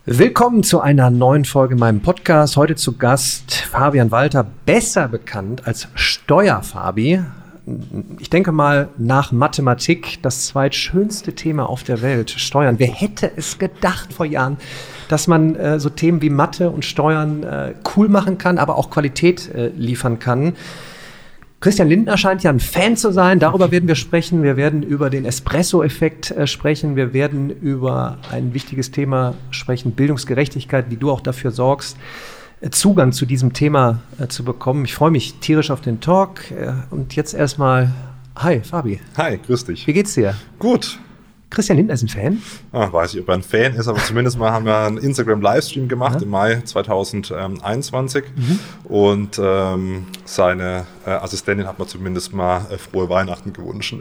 Willkommen zu einer neuen Folge in meinem Podcast. Heute zu Gast Fabian Walter, besser bekannt als Steuerfabi. Ich denke mal, nach Mathematik das zweitschönste Thema auf der Welt, Steuern. Wer hätte es gedacht vor Jahren, dass man so Themen wie Mathe und Steuern cool machen kann, aber auch Qualität liefern kann. Christian Lindner scheint ja ein Fan zu sein, darüber werden wir sprechen. Wir werden über den Espresso-Effekt sprechen. Wir werden über ein wichtiges Thema sprechen, Bildungsgerechtigkeit, wie du auch dafür sorgst, Zugang zu diesem Thema zu bekommen. Ich freue mich tierisch auf den Talk. Und jetzt erstmal, hi Fabi. Hi, grüß dich. Wie geht's dir? Gut. Christian Lindner ist ein Fan? Weiß ich, ob er ein Fan ist, aber zumindest mal haben wir einen Instagram-Livestream gemacht im Mai 2021 und seine Assistentin hat mir zumindest mal frohe Weihnachten gewünscht.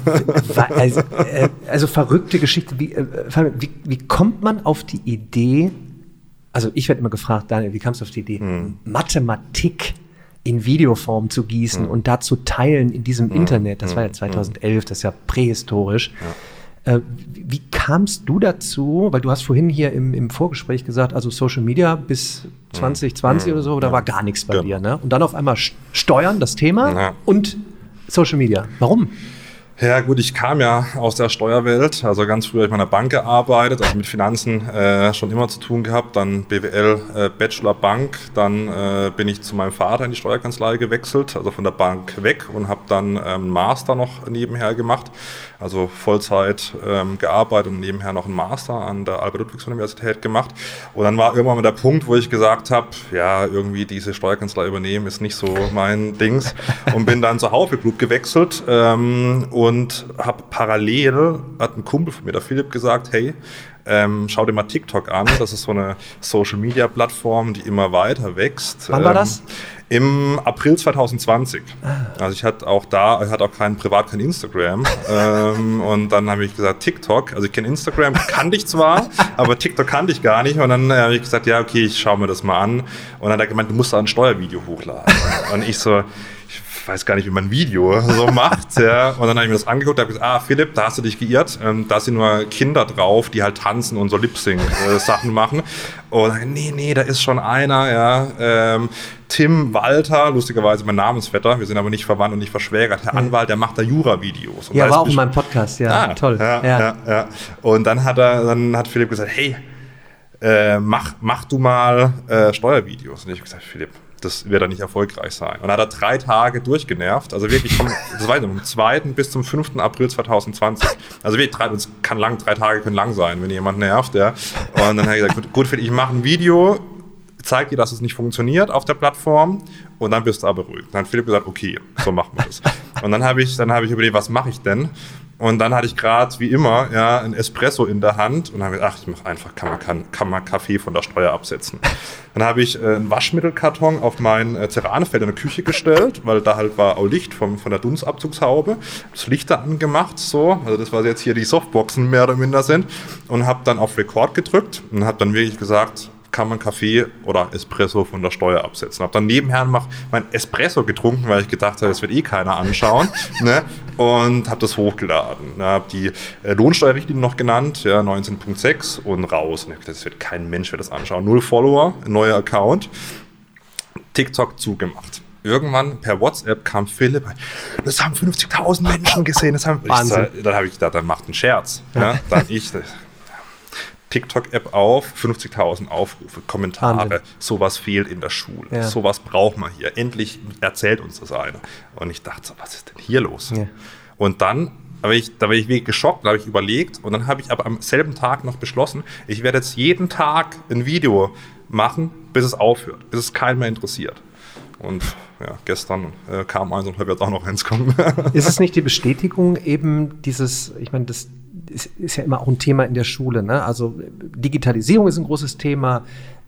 Also verrückte Geschichte. Wie kommt man auf die Idee, also ich werde immer gefragt, Daniel, wie kamst du auf die Idee, Mathematik in Videoform zu gießen und da zu teilen in diesem Internet? Das war ja 2011, das ist ja prähistorisch. Ja. Wie kamst du dazu, weil du hast vorhin hier im Vorgespräch gesagt, also Social Media bis 2020 oder so, da war gar nichts bei dir, ne? Und dann auf einmal Steuern, das Thema und Social Media. Warum? Ja gut, ich kam ja aus der Steuerwelt, also ganz früh habe ich in einer Bank gearbeitet, also mit Finanzen schon immer zu tun gehabt, dann BWL, Bachelor Bank, dann bin ich zu meinem Vater in die Steuerkanzlei gewechselt, also von der Bank weg und habe dann einen Master noch nebenher gemacht, also Vollzeit gearbeitet und nebenher noch einen Master an der Albert-Ludwigs-Universität gemacht und dann war irgendwann mal der Punkt, wo ich gesagt habe, ja irgendwie diese Steuerkanzlei übernehmen ist nicht so mein Dings und bin dann zur Haufe Group gewechselt und habe parallel, hat ein Kumpel von mir, der Philipp, gesagt, hey, schau dir mal TikTok an, das ist so eine Social-Media-Plattform, die immer weiter wächst. Wann war das? Im April 2020. Also ich hatte auch kein Instagram. Und dann habe ich gesagt, TikTok, also ich kenne Instagram, kannte ich zwar, aber TikTok kannte ich gar nicht. Und dann habe ich gesagt, ja okay, ich schaue mir das mal an. Und dann hat er gemeint, du musst da ein Steuervideo hochladen. Und ich so, ich weiß gar nicht, wie man ein Video so macht. Ja. Und dann habe ich mir das angeguckt und habe gesagt, Philipp, da hast du dich geirrt. Da sind nur Kinder drauf, die halt tanzen und so Lip-Sync-Sachen machen. Und dann, nee, da ist schon einer, ja. Tim Walter, lustigerweise mein Namensvetter, wir sind aber nicht verwandt und nicht verschwägert, Herr Anwalt, der macht da Jura-Videos. Ja, war auch in meinem Podcast, ja, toll. Ja. Und dann hat Philipp gesagt, hey, mach du mal Steuervideos. Und ich habe gesagt, Philipp, das wird dann nicht erfolgreich sein. Und dann hat er 3 Tage durchgenervt, also wirklich vom 2. bis zum 5. April 2020. Also wirklich 3 Tage können lang sein, wenn jemand nervt. Ja. Und dann habe ich gesagt, gut, Philipp, ich mache ein Video, zeig dir, dass es nicht funktioniert auf der Plattform und dann bist du aber ruhig. Dann hat Philipp gesagt, okay, so machen wir das. Und dann habe ich überlegt, was mache ich denn? Und dann hatte ich gerade, wie immer, ja, ein Espresso in der Hand und habe gesagt, ich mache einfach, kann man Kaffee von der Steuer absetzen. Dann habe ich einen Waschmittelkarton auf mein Ceranfeld in der Küche gestellt, weil da halt war auch Licht von der Dunstabzugshaube. Das Licht da angemacht, so, also das, was jetzt hier die Softboxen mehr oder minder sind, und habe dann auf Record gedrückt und habe dann wirklich gesagt, kann man Kaffee oder Espresso von der Steuer absetzen. Habe dann nebenher mein Espresso getrunken, weil ich gedacht habe, das wird keiner anschauen. Ne? Und habe das hochgeladen. Habe die Lohnsteuerrichtlinie noch genannt, ja, 19.6 und raus. Und ich habe gedacht, das wird kein Mensch das anschauen. 0 Follower, neuer Account. TikTok zugemacht. Irgendwann per WhatsApp kam Philipp, das haben 50.000 Menschen gesehen. Dann habe ich gedacht, dann macht einen Scherz. Ja? TikTok-App auf, 50.000 Aufrufe, Kommentare, sowas fehlt in der Schule, sowas braucht man hier, endlich erzählt uns das einer. Und ich dachte so, was ist denn hier los? Ja. Und dann, da war ich wirklich geschockt, da habe ich überlegt und dann habe ich aber am selben Tag noch beschlossen, ich werde jetzt jeden Tag ein Video machen, bis es aufhört, bis es keinen mehr interessiert. Und ja, gestern kam eins und heute wird auch noch eins kommen. Ist es nicht die Bestätigung eben dieses, ich meine, das ist ja immer auch ein Thema in der Schule, ne? Also Digitalisierung ist ein großes Thema,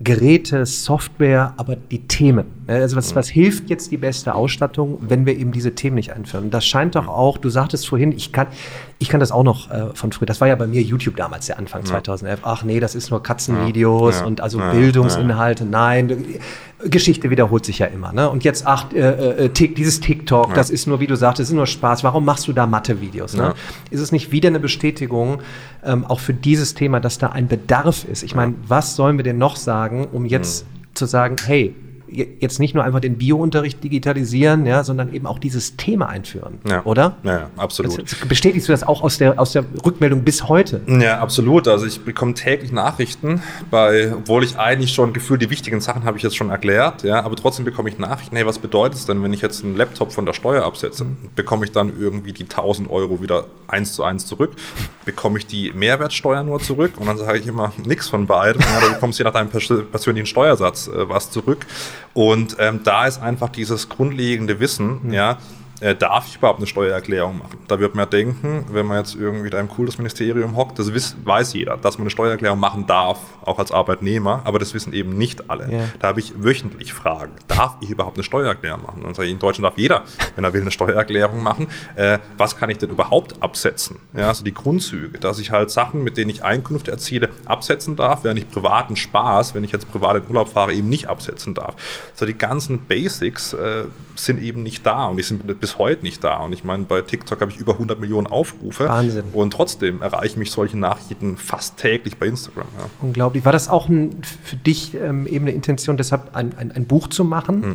Geräte, Software, aber die Themen. Also was hilft jetzt die beste Ausstattung, wenn wir eben diese Themen nicht einführen? Das scheint doch auch, du sagtest vorhin, ich kann das auch noch von früher, das war ja bei mir YouTube damals, der Anfang 2011. Ach nee, das ist nur Katzenvideos und also Bildungsinhalte, nein, Geschichte wiederholt sich ja immer. Ne? Und jetzt, dieses TikTok, das ist nur, wie du sagst, das ist nur Spaß. Warum machst du da Mathe-Videos? Ne? Ist es nicht wieder eine Bestätigung, auch für dieses Thema, dass da ein Bedarf ist? Ich meine, was sollen wir denn noch sagen, um jetzt zu sagen, hey, jetzt nicht nur einfach den Bio-Unterricht digitalisieren, ja, sondern eben auch dieses Thema einführen, oder? Ja, absolut. Bestätigst du das auch aus der Rückmeldung bis heute? Ja, absolut. Also ich bekomme täglich Nachrichten, obwohl ich eigentlich schon gefühlt die wichtigen Sachen habe ich jetzt schon erklärt, ja, aber trotzdem bekomme ich Nachrichten, hey, was bedeutet es denn, wenn ich jetzt einen Laptop von der Steuer absetze? Bekomme ich dann irgendwie die 1.000 € wieder 1:1 zurück? Bekomme ich die Mehrwertsteuer nur zurück? Und dann sage ich immer, nichts von beidem. Ja, du bekommst je nach deinem persönlichen Steuersatz was zurück. Und da ist einfach dieses grundlegende Wissen, darf ich überhaupt eine Steuererklärung machen? Da wird man ja denken, wenn man jetzt irgendwie da im Kultusministerium hockt, das weiß jeder, dass man eine Steuererklärung machen darf, auch als Arbeitnehmer, aber das wissen eben nicht alle. Ja. Da habe ich wöchentlich Fragen, darf ich überhaupt eine Steuererklärung machen? Und in Deutschland darf jeder, wenn er will, eine Steuererklärung machen. Was kann ich denn überhaupt absetzen? Ja, also die Grundzüge, dass ich halt Sachen, mit denen ich Einkünfte erziele, absetzen darf, während ich privaten Spaß, wenn ich jetzt privat in Urlaub fahre, eben nicht absetzen darf. Also die ganzen Basics sind eben nicht da und die sind bis heute nicht da. Und ich meine, bei TikTok habe ich über 100 Millionen Aufrufe. Wahnsinn. Und trotzdem erreichen mich solche Nachrichten fast täglich bei Instagram. Ja. Unglaublich. War das auch für dich eben eine Intention, deshalb ein Buch zu machen?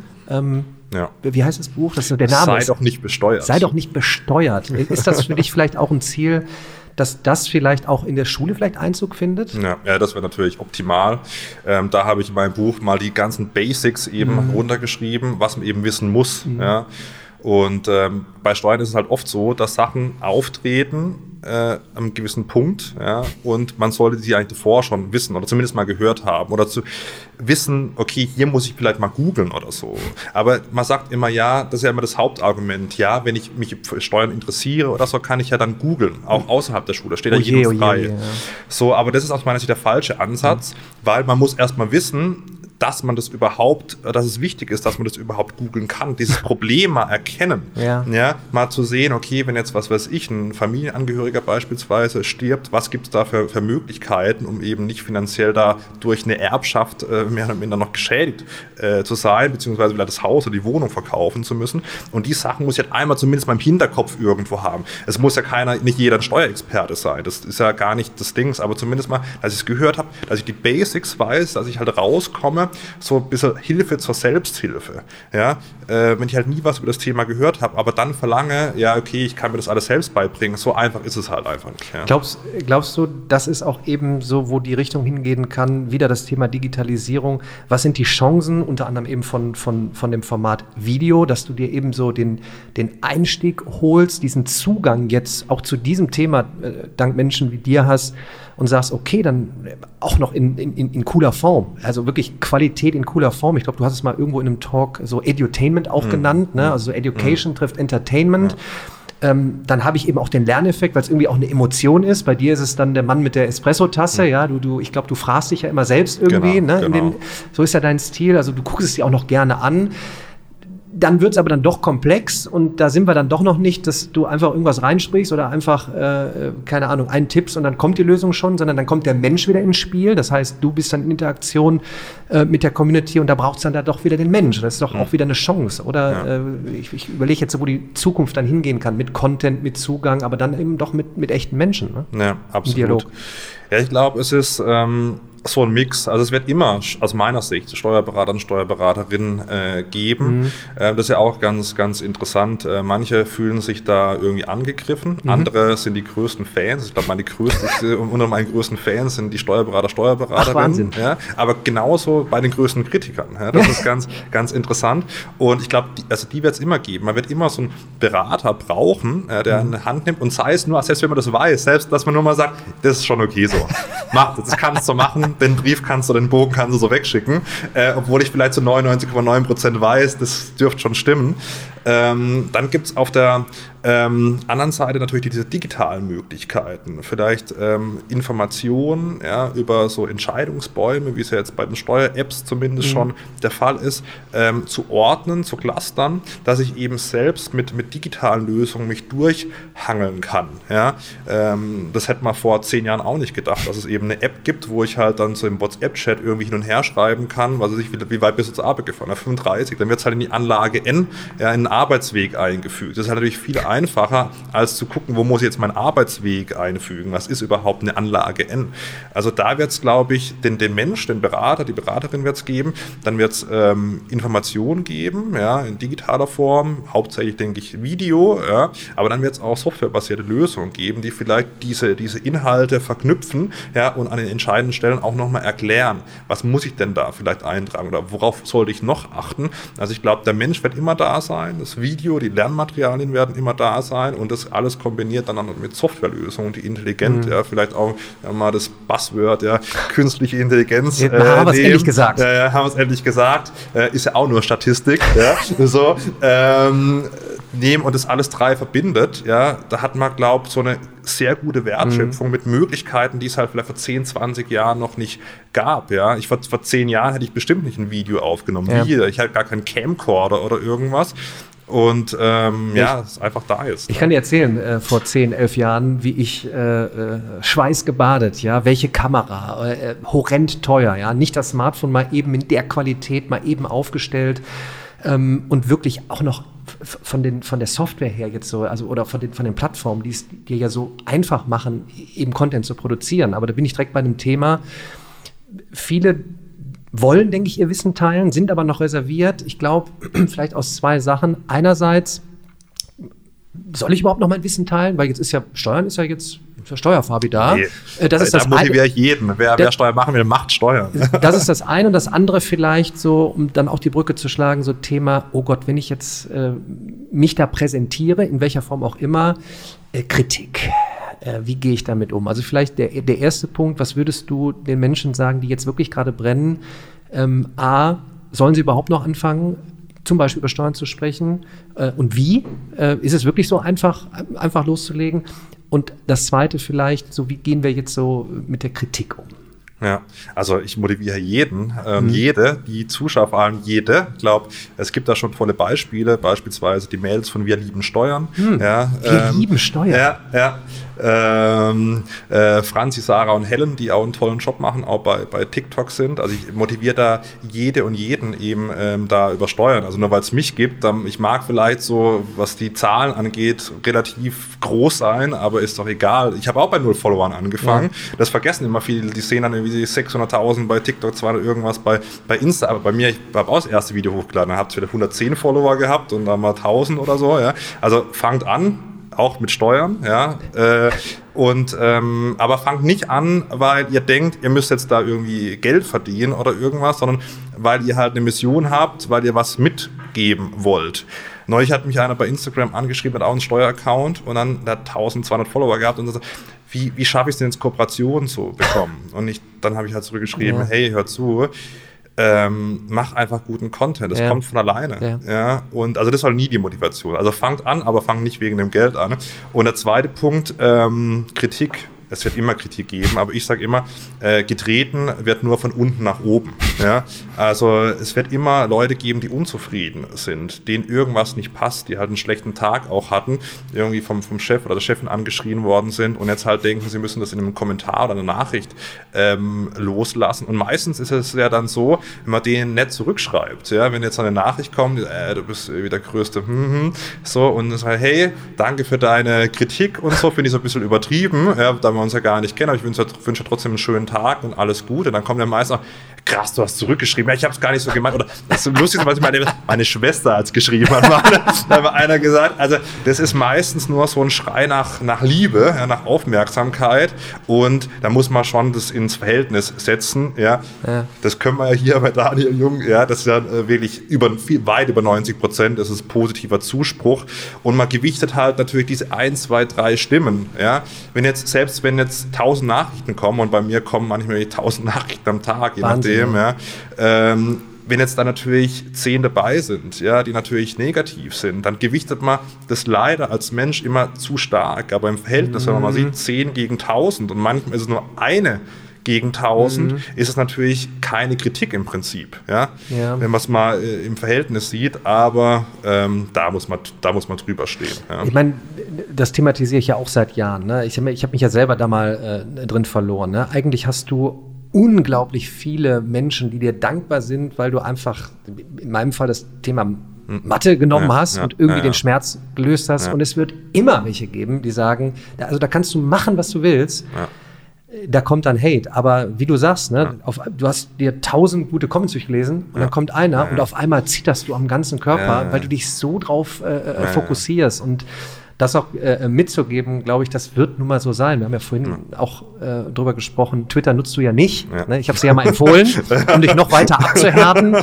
Wie heißt das Buch? Das ist der Name. Sei doch nicht besteuert. Sei doch nicht besteuert. Ist das für dich vielleicht auch ein Ziel, dass das vielleicht auch in der Schule vielleicht Einzug findet? Ja, das wäre natürlich optimal. Da habe ich in meinem Buch mal die ganzen Basics eben runtergeschrieben, was man eben wissen muss. Ja. Und bei Steuern ist es halt oft so, dass Sachen auftreten an einem gewissen Punkt, und man sollte sie eigentlich davor schon wissen oder zumindest mal gehört haben oder zu wissen, okay, hier muss ich vielleicht mal googeln oder so. Aber man sagt immer, das ist ja immer das Hauptargument, wenn ich mich für Steuern interessiere oder so, kann ich ja dann googeln, auch außerhalb der Schule, steht ja jedem frei. So, aber das ist aus meiner Sicht der falsche Ansatz, weil man muss erstmal wissen, dass es wichtig ist, dass man das überhaupt googeln kann, dieses Problem mal erkennen, mal zu sehen, okay, wenn jetzt, was weiß ich, ein Familienangehöriger beispielsweise stirbt, was gibt es da für Möglichkeiten, um eben nicht finanziell da durch eine Erbschaft mehr oder minder noch geschädigt zu sein, beziehungsweise wieder das Haus oder die Wohnung verkaufen zu müssen. Und die Sachen muss ich halt einmal zumindest mal im Hinterkopf irgendwo haben. Es muss ja nicht jeder ein Steuerexperte sein, das ist ja gar nicht das Ding, aber zumindest mal, dass ich es gehört habe, dass ich die Basics weiß, dass ich halt rauskomme, so ein bisschen Hilfe zur Selbsthilfe. Ja? Wenn ich halt nie was über das Thema gehört habe, aber dann verlange, ich kann mir das alles selbst beibringen, so einfach ist es halt einfach nicht. Ja. Glaubst du, das ist auch eben so, wo die Richtung hingehen kann, wieder das Thema Digitalisierung? Was sind die Chancen, unter anderem eben von dem Format Video, dass du dir eben so den Einstieg holst, diesen Zugang jetzt auch zu diesem Thema dank Menschen wie dir hast, und sagst, okay, dann auch noch in cooler Form, also wirklich Qualität in cooler Form. Ich glaube, du hast es mal irgendwo in einem Talk so Edutainment auch genannt, ne? Also Education trifft Entertainment. Dann habe ich eben auch den Lerneffekt, weil es irgendwie auch eine Emotion ist. Bei dir ist es dann der Mann mit der Espresso-Tasse, ich glaube, du fragst dich ja immer selbst irgendwie, genau. So ist ja dein Stil, also du guckst es dir auch noch gerne an. Dann wird es aber dann doch komplex und da sind wir dann doch noch nicht, dass du einfach irgendwas reinsprichst oder einfach, keine Ahnung, einen tippst und dann kommt die Lösung schon, sondern dann kommt der Mensch wieder ins Spiel. Das heißt, du bist dann in Interaktion mit der Community und da braucht es dann da doch wieder den Mensch. Das ist doch auch wieder eine Chance. Oder ich überlege jetzt so, wo die Zukunft dann hingehen kann, mit Content, mit Zugang, aber dann eben doch mit echten Menschen. Ne? Ja, absolut. Im Dialog. Ja, ich glaube, es ist so ein Mix. Also es wird immer aus meiner Sicht Steuerberater und Steuerberaterinnen geben. Das ist ja auch ganz, ganz interessant. Manche fühlen sich da irgendwie angegriffen. Andere sind die größten Fans. Ich glaube, unter meinen größten Fans sind die Steuerberaterinnen. Ach, Wahnsinn. Ja, aber genauso bei den größten Kritikern. Ja, das ist ganz, ganz interessant. Und ich glaube, die wird es immer geben. Man wird immer so einen Berater brauchen, der eine Hand nimmt und sei es nur, selbst wenn man das weiß, selbst, dass man nur mal sagt, das ist schon okay so. Mach das kannst du machen. Den Brief kannst du, den Bogen kannst du so wegschicken, obwohl ich vielleicht zu 99,9% weiß, das dürfte schon stimmen. Dann gibt es auf der anderen Seite natürlich diese digitalen Möglichkeiten, vielleicht Informationen über so Entscheidungsbäume, wie es ja jetzt bei den Steuer-Apps zumindest schon der Fall ist, zu ordnen, zu clustern, dass ich eben selbst mit digitalen Lösungen mich durchhangeln kann. Ja? Das hätte man vor 10 Jahren auch nicht gedacht, dass es eben eine App gibt, wo ich halt dann so im WhatsApp-Chat irgendwie hin und her schreiben kann, was weiß ich, wie weit bist du zur Arbeit gefahren? 35. Dann wird es halt in die Anlage N, in den Arbeitsweg eingefügt. Das ist halt natürlich viel einfacher, als zu gucken, wo muss ich jetzt meinen Arbeitsweg einfügen? Was ist überhaupt eine Anlage N? Also da wird es, glaube ich, den Mensch, den Berater, die Beraterin wird es geben, dann wird es Informationen geben, in digitaler Form, hauptsächlich denke ich Video, aber dann wird es auch softwarebasierte Lösungen geben, die vielleicht diese Inhalte verknüpfen und an den entscheidenden Stellen auch nochmal erklären, was muss ich denn da vielleicht eintragen oder worauf sollte ich noch achten? Also ich glaube, der Mensch wird immer da sein, das Video, die Lernmaterialien werden immer da sein und das alles kombiniert dann mit Softwarelösungen, die intelligent, vielleicht auch mal das Buzzword, künstliche Intelligenz. Haben wir es endlich gesagt. Haben wir es endlich gesagt. Ist ja auch nur Statistik. Nehmen und das alles 3 verbindet, da hat man, glaube ich, so eine sehr gute Wertschöpfung mit Möglichkeiten, die es halt vielleicht vor 10, 20 Jahren noch nicht gab. Vor 10 Jahren hätte ich bestimmt nicht ein Video aufgenommen. Ich hatte gar keinen Camcorder oder irgendwas. Und es einfach da ist. Ich kann dir erzählen, vor 10, 11 Jahren, wie ich schweißgebadet, welche Kamera, horrend teuer, nicht das Smartphone mal eben in der Qualität, mal eben aufgestellt und wirklich auch noch von der Software her jetzt so, also oder von den Plattformen, die es dir ja so einfach machen, eben Content zu produzieren. Aber da bin ich direkt bei einem Thema. Viele wollen, denke ich, ihr Wissen teilen, sind aber noch reserviert. Ich glaube, vielleicht aus 2 Sachen. Einerseits, soll ich überhaupt noch mein Wissen teilen? Weil jetzt Steuern ist ja jetzt für Steuerfabi da. Nee, das motiviere ich jeden. Wer Steuern machen will, macht Steuern. Das ist das eine. Und das andere vielleicht so, um dann auch die Brücke zu schlagen, so Thema, oh Gott, wenn ich jetzt mich da präsentiere, in welcher Form auch immer, Kritik. Wie gehe ich damit um? Also vielleicht der erste Punkt, was würdest du den Menschen sagen, die jetzt wirklich gerade brennen? A, sollen sie überhaupt noch anfangen, zum Beispiel über Steuern zu sprechen? Und wie? Ist es wirklich so einfach loszulegen? Und das zweite vielleicht, so wie gehen wir jetzt so mit der Kritik um? Ja, also ich motiviere jeden, jede, die Zuschauer, vor allem jede. Ich glaube, es gibt da schon tolle Beispiele, beispielsweise die Mails von Wir lieben Steuern. Wir lieben Steuern. Franzi, Sarah und Helen, die auch einen tollen Job machen, auch bei TikTok sind. Also ich motiviere da jede und jeden eben da über Steuern. Also nur weil es mich gibt, ich mag vielleicht so, was die Zahlen angeht, relativ groß sein, aber ist doch egal. Ich habe auch bei 0 Followern angefangen. Ja. Das vergessen immer viele, die sehen dann irgendwie 600.000 bei TikTok, 200 irgendwas bei Insta, aber bei mir, ich habe auch das erste Video hochgeladen, dann habt ihr 110 Follower gehabt und dann mal 1000 oder so. Also fangt an, auch mit Steuern, aber fangt nicht an, weil ihr denkt, ihr müsst jetzt da irgendwie Geld verdienen oder irgendwas, sondern weil ihr halt eine Mission habt, weil ihr was mitgeben wollt. Neulich hat mich einer bei Instagram angeschrieben, hat auch einen Steueraccount und dann hat 1200 Follower gehabt und so. Wie schaffe ich es denn jetzt, Kooperationen zu bekommen? Und dann habe ich halt zurückgeschrieben, hey, hör zu, mach einfach guten Content, das kommt von alleine. Und also das war nie die Motivation. Also fangt an, aber fangt nicht wegen dem Geld an. Und der zweite Punkt, Kritik. Es wird immer Kritik geben, aber ich sage immer, getreten wird nur von unten nach oben. Also es wird immer Leute geben, die unzufrieden sind, denen irgendwas nicht passt, die halt einen schlechten Tag auch hatten, irgendwie vom Chef oder der Chefin angeschrien worden sind und jetzt halt denken, sie müssen das in einem Kommentar oder einer Nachricht loslassen. Und meistens ist es ja dann so, wenn man denen nett zurückschreibt, wenn jetzt eine Nachricht kommt, du bist wie der Größte, so, und dann sagt, hey, danke für deine Kritik und so, finde ich so ein bisschen übertrieben, da wir uns ja gar nicht kennen, aber ich wünsche trotzdem einen schönen Tag und alles Gute. Dann kommt der Meister, krass, du hast zurückgeschrieben. Ich habe es gar nicht so gemeint. Oder das ist lustig, was meine Schwester hat geschrieben. Da hat einer gesagt, also das ist meistens nur so ein Schrei nach Liebe, nach Aufmerksamkeit und da muss man schon das ins Verhältnis setzen. Das können wir ja hier bei Daniel Jung, das ist ja wirklich weit über 90%, das ist positiver Zuspruch und man gewichtet halt natürlich diese 1, 2, 3 Stimmen. Wenn jetzt 1000 Nachrichten kommen und bei mir kommen manchmal 1000 Nachrichten am Tag, je nachdem, wenn jetzt da natürlich 10 dabei sind, ja, die natürlich negativ sind, dann gewichtet man das leider als Mensch immer zu stark. Aber im Verhältnis, wenn man mal sieht, 10 gegen 1000 und manchmal ist es nur eine gegen 1000, ist es natürlich keine Kritik im Prinzip, ja? Wenn man es mal im Verhältnis sieht, aber da muss man drüber stehen. Ja? Ich meine, das thematisiere ich ja auch seit Jahren. Ne? Ich hab mich ja selber da mal drin verloren. Ne? Eigentlich hast du unglaublich viele Menschen, die dir dankbar sind, weil du einfach, in meinem Fall das Thema Mathe genommen hast und irgendwie den Schmerz gelöst hast. Und es wird immer welche geben, die sagen, also da kannst du machen, was du willst. Ja. Da kommt dann Hate, aber wie du sagst, ne, du hast dir 1000 gute Comments durchgelesen und dann kommt einer und auf einmal zitterst du am ganzen Körper, weil du dich so drauf fokussierst und das auch mitzugeben, glaube ich, das wird nun mal so sein. Wir haben ja vorhin auch drüber gesprochen, Twitter nutzt du ja nicht, ne? Ich habe es dir ja mal empfohlen, um dich noch weiter abzuhärten,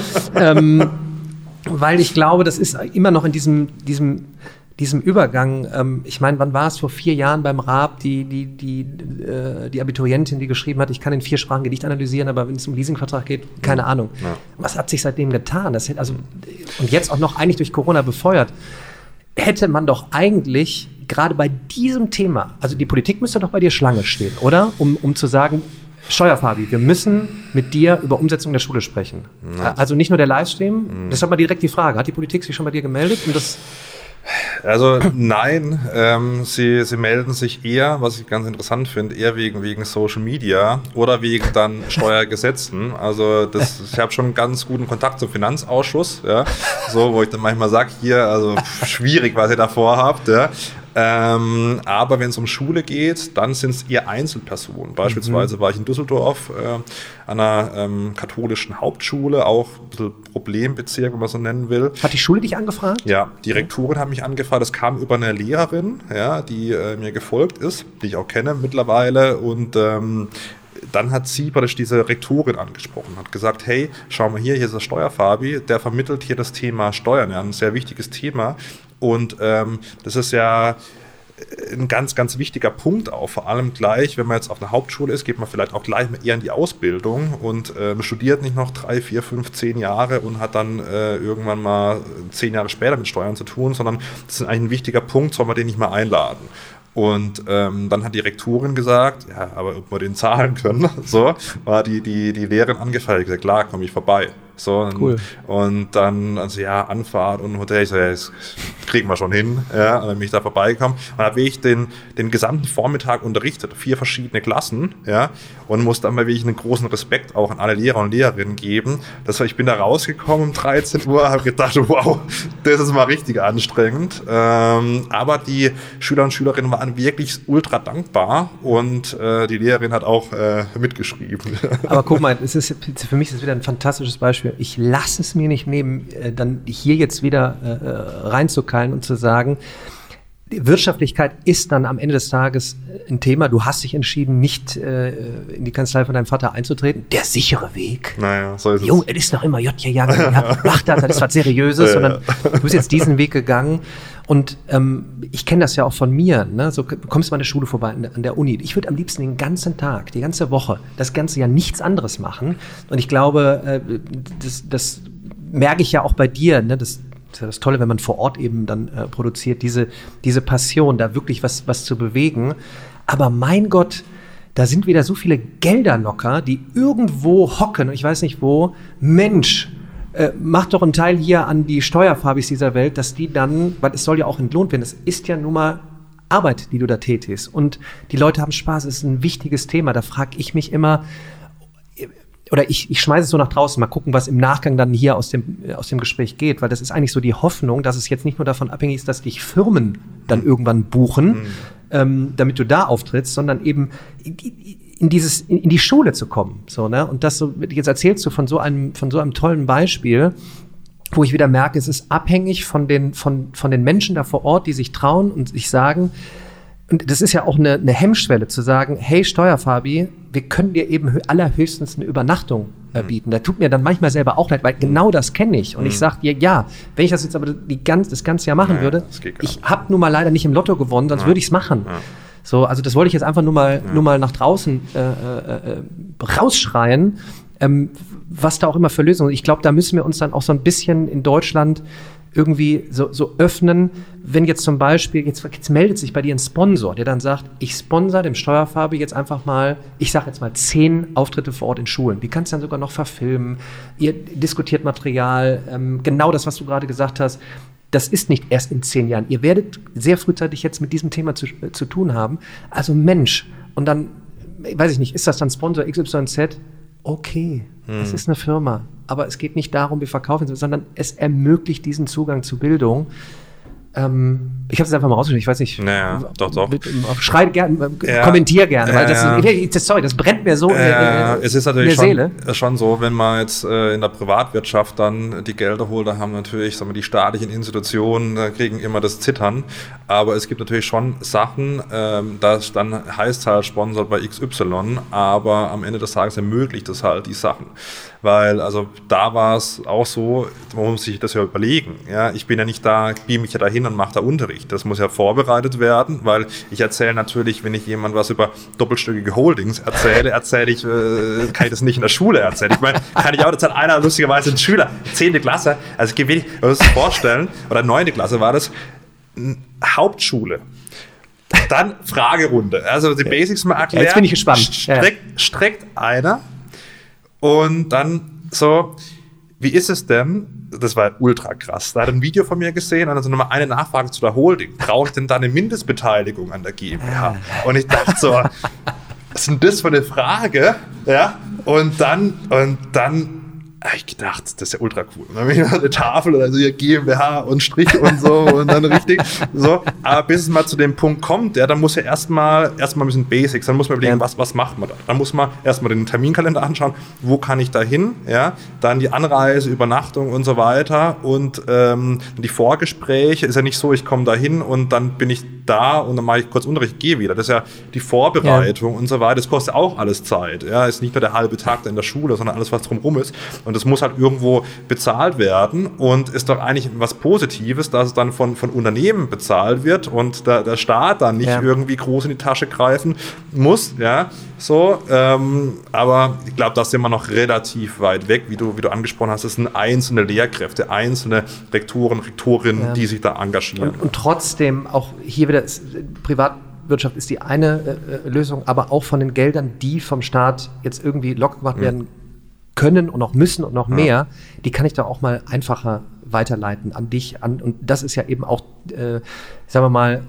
weil ich glaube, das ist immer noch in diesem Übergang, ich meine, wann war es vor 4 Jahren beim Raab, die Abiturientin, die geschrieben hat, ich kann in 4 Sprachen Gedicht analysieren, aber wenn es um Leasingvertrag geht, keine Ahnung. Ja. Was hat sich seitdem getan? Und jetzt auch noch eigentlich durch Corona befeuert. Hätte man doch eigentlich gerade bei diesem Thema, also die Politik müsste doch bei dir Schlange stehen, oder? Um zu sagen, Steuerfabi, wir müssen mit dir über Umsetzung der Schule sprechen. Ja. Also nicht nur der Livestream, das ist aber direkt die Frage. Hat die Politik sich schon bei dir gemeldet? Also nein, sie melden sich eher, was ich ganz interessant finde, eher wegen Social Media oder wegen dann Steuergesetzen. Also ich habe schon einen ganz guten Kontakt zum Finanzausschuss, ja, so, wo ich dann manchmal sage, hier, also schwierig, was ihr da vorhabt, ja. Aber wenn es um Schule geht, dann sind es eher Einzelpersonen. Beispielsweise war ich in Düsseldorf an einer katholischen Hauptschule, auch ein bisschen Problembezirk, wenn man so nennen will. Hat die Schule dich angefragt? Ja, die Rektorin hat mich angefragt. Das kam über eine Lehrerin, ja, die mir gefolgt ist, die ich auch kenne mittlerweile. Und dann hat sie praktisch diese Rektorin angesprochen, hat gesagt, hey, schau mal hier ist der Steuerfabi, der vermittelt hier das Thema Steuern, ja, ein sehr wichtiges Thema. Und das ist ja ein ganz, ganz wichtiger Punkt auch, vor allem gleich, wenn man jetzt auf einer Hauptschule ist, geht man vielleicht auch gleich eher in die Ausbildung und studiert nicht noch 3, 4, 5, 10 Jahre und hat dann irgendwann mal 10 Jahre später mit Steuern zu tun, sondern das ist eigentlich ein wichtiger Punkt, soll man den nicht mal einladen. Und dann hat die Rektorin gesagt, ja, aber ob wir den zahlen können, so, war die Lehrerin angefragt, hat gesagt, klar, komme ich vorbei. So, cool. Und dann, also ja, Anfahrt und Hotel, ich so, ja, das kriegen wir schon hin, ja, und dann bin ich da vorbeigekommen. Und dann habe ich den gesamten Vormittag unterrichtet, 4 verschiedene Klassen, ja, und musste dann mal wirklich einen großen Respekt auch an alle Lehrer und Lehrerinnen geben. Ich bin da rausgekommen um 13 Uhr, habe gedacht, wow, das ist mal richtig anstrengend. Aber die Schüler und Schülerinnen waren wirklich ultra dankbar und die Lehrerin hat auch mitgeschrieben. Aber guck mal, für mich ist es wieder ein fantastisches Beispiel. Ich lasse es mir nicht nehmen, dann hier jetzt wieder reinzukeilen und zu sagen, die Wirtschaftlichkeit ist dann am Ende des Tages ein Thema. Du hast dich entschieden, nicht in die Kanzlei von deinem Vater einzutreten. Der sichere Weg. Naja, so ist es. Junge, es ist noch immer ja, mach das ist was Seriöses, sondern du bist jetzt diesen Weg gegangen. Und ich kenne das ja auch von mir. Ne? So, du kommst mal an der Schule vorbei, an der Uni. Ich würde am liebsten den ganzen Tag, die ganze Woche, das ganze Jahr nichts anderes machen. Und ich glaube, das merke ich ja auch bei dir. Ne? Das ist ja das Tolle, wenn man vor Ort eben dann produziert, diese Passion, da wirklich was zu bewegen. Aber mein Gott, da sind wieder so viele Gelder locker, die irgendwo hocken, und ich weiß nicht wo. Mensch, mach doch einen Teil hier an die Steuerfabis dieser Welt, dass die dann, weil es soll ja auch entlohnt werden, es ist ja nun mal Arbeit, die du da tätigst. Und die Leute haben Spaß, es ist ein wichtiges Thema. Da frage ich mich immer, oder ich schmeiße es so nach draußen, mal gucken, was im Nachgang dann hier aus dem Gespräch geht, weil das ist eigentlich so die Hoffnung, dass es jetzt nicht nur davon abhängig ist, dass dich Firmen dann irgendwann buchen, damit du da auftrittst, sondern eben in die Schule zu kommen. So, ne? Und das so, jetzt erzählst du von so einem tollen Beispiel, wo ich wieder merke, es ist abhängig von den Menschen da vor Ort, die sich trauen und sich sagen, und das ist ja auch eine Hemmschwelle zu sagen, hey Steuerfabi, wir können dir eben allerhöchstens eine Übernachtung bieten. Da tut mir dann manchmal selber auch leid, weil genau das kenne ich. Und ich sage dir, ja, wenn ich das jetzt aber das ganze Jahr machen würde, ich habe nun mal leider nicht im Lotto gewonnen, sonst würde ich es machen. Ja. So, also das wollte ich jetzt einfach nur mal nach draußen rausschreien. was da auch immer für Lösungen. Ich glaube, da müssen wir uns dann auch so ein bisschen in Deutschland irgendwie so öffnen, wenn jetzt zum Beispiel, jetzt meldet sich bei dir ein Sponsor, der dann sagt, ich sponsere dem Steuerfabi jetzt einfach mal, ich sage jetzt mal 10 Auftritte vor Ort in Schulen. Die kannst du dann sogar noch verfilmen. Ihr diskutiert Material, genau das, was du gerade gesagt hast. Das ist nicht erst in 10 Jahren. Ihr werdet sehr frühzeitig jetzt mit diesem Thema zu tun haben. Also Mensch, und dann, weiß ich nicht, ist das dann Sponsor XYZ? Okay, es ist eine Firma, aber es geht nicht darum, wir verkaufen es, sondern es ermöglicht diesen Zugang zu Bildung. Ich habe es einfach mal rausgeschrieben, ich weiß nicht. Naja, doch. Schrei gerne, kommentier gerne, weil das brennt mir so es ist natürlich in der Seele. Schon so, wenn man jetzt in der Privatwirtschaft dann die Gelder holt, da haben natürlich, sagen wir, die staatlichen Institutionen kriegen immer das Zittern, aber es gibt natürlich schon Sachen, das dann heißt halt sponsert bei XY, aber am Ende des Tages ermöglicht das halt die Sachen. Weil, also da war es auch so, man muss sich das ja überlegen. Ja? Ich bin ja nicht da, beam mich ja dahin und mache da Unterricht. Das muss ja vorbereitet werden, weil ich erzähle natürlich, wenn ich jemand was über doppelstöckige Holdings erzähle, kann ich das nicht in der Schule erzählen. Ich meine, kann ich auch, das hat einer lustigerweise ein Schüler, 10. Klasse, also ich will mir das vorstellen, oder 9. Klasse war das, Hauptschule. Dann Fragerunde. Also die Basics mal erklären. Jetzt bin ich gespannt. Streckt einer. Und dann so, wie ist es denn? Das war ultra krass. Da hat er ein Video von mir gesehen und dann so nochmal eine Nachfrage zu der Holding. Brauche ich denn da eine Mindestbeteiligung an der GmbH? Und ich dachte so, was ist denn das für eine Frage? Ja, und dann habe ich gedacht, das ist ja ultra cool. Und dann habe ich eine Tafel oder so hier GmbH und Strich und so und dann richtig so. Aber bis es mal zu dem Punkt kommt, dann muss ja erstmal ein bisschen Basics, dann muss man überlegen, was macht man da? Dann muss man erstmal den Terminkalender anschauen, wo kann ich da hin? Ja? Dann die Anreise, Übernachtung und so weiter und die Vorgespräche. Ist ja nicht so, ich komme da hin und dann bin ich da und dann mache ich kurz Unterricht, gehe wieder. Das ist ja die Vorbereitung und so weiter. Das kostet auch alles Zeit. Ja? Ist nicht nur der halbe Tag da in der Schule, sondern alles, was drumherum ist. Und das muss halt irgendwo bezahlt werden und ist doch eigentlich was Positives, dass es dann von Unternehmen bezahlt wird und der Staat dann nicht irgendwie groß in die Tasche greifen muss. Ja, so. Aber ich glaube, da sind wir noch relativ weit weg, wie du angesprochen hast. Es sind einzelne Lehrkräfte, einzelne Rektoren, Rektorinnen, die sich da engagieren. Und trotzdem auch hier wieder Privatwirtschaft ist die eine Lösung, aber auch von den Geldern, die vom Staat jetzt irgendwie locker gemacht werden können und noch müssen und noch mehr, die kann ich da auch mal einfacher weiterleiten an dich. Und das ist ja eben auch, sagen wir mal,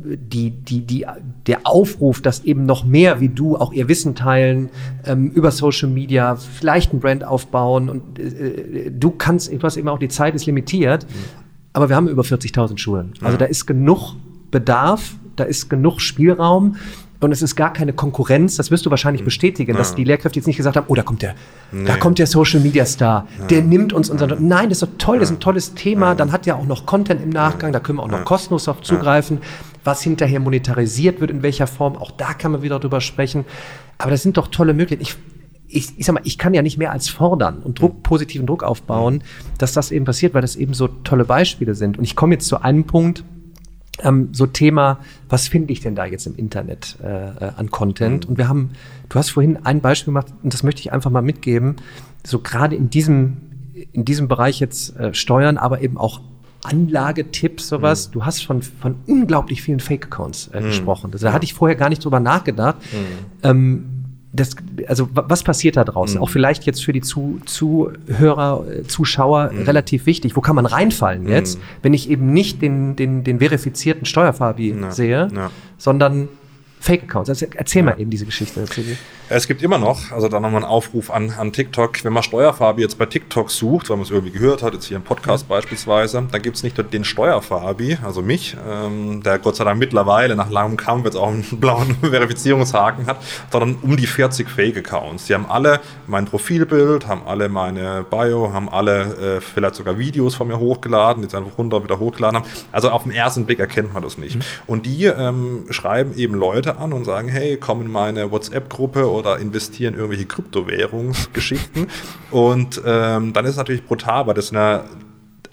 der Aufruf, dass eben noch mehr wie du auch ihr Wissen teilen, über Social Media, vielleicht ein Brand aufbauen und du hast eben auch, die Zeit ist limitiert, aber wir haben über 40.000 Schulen. Also da ist genug Bedarf, da ist genug Spielraum. Und es ist gar keine Konkurrenz, das wirst du wahrscheinlich bestätigen, dass die Lehrkräfte jetzt nicht gesagt haben, da kommt der Social Media Star, der nimmt uns unseren, nein, das ist doch toll, das ist ein tolles Thema, dann hat ja auch noch Content im Nachgang, da können wir auch noch kostenlos drauf zugreifen, was hinterher monetarisiert wird, in welcher Form, auch da kann man wieder drüber sprechen, aber das sind doch tolle Möglichkeiten. Ich sag mal, ich kann ja nicht mehr als fordern und positiven Druck aufbauen, dass das eben passiert, weil das eben so tolle Beispiele sind. Und ich komme jetzt zu einem Punkt, so Thema, was finde ich denn da jetzt im Internet an Content? Und du hast vorhin ein Beispiel gemacht, und das möchte ich einfach mal mitgeben, so gerade in diesem Bereich jetzt Steuern, aber eben auch Anlagetipps, sowas. Du hast von unglaublich vielen Fake-Accounts gesprochen. Also, da hatte ich vorher gar nicht drüber nachgedacht. Was passiert da draußen? Auch vielleicht jetzt für die Zuschauer relativ wichtig. Wo kann man reinfallen jetzt, wenn ich eben nicht den verifizierten Steuerfabi sehe, sondern Fake-Accounts? Also erzähl mal eben diese Geschichte. Es gibt immer noch, also da nochmal ein Aufruf an TikTok, wenn man Steuerfabi jetzt bei TikTok sucht, weil man es irgendwie gehört hat, jetzt hier im Podcast beispielsweise, dann gibt es nicht nur den Steuerfabi, also mich, der Gott sei Dank mittlerweile nach langem Kampf jetzt auch einen blauen Verifizierungshaken hat, sondern um die 40 Fake-Accounts. Die haben alle mein Profilbild, haben alle meine Bio, haben alle vielleicht sogar Videos von mir hochgeladen, die jetzt einfach wieder hochgeladen haben. Also auf den ersten Blick erkennt man das nicht. Und die schreiben eben Leute an und sagen, hey, komm in meine WhatsApp-Gruppe oder investieren in irgendwelche Kryptowährungsgeschichten. Und dann ist es natürlich brutal, weil das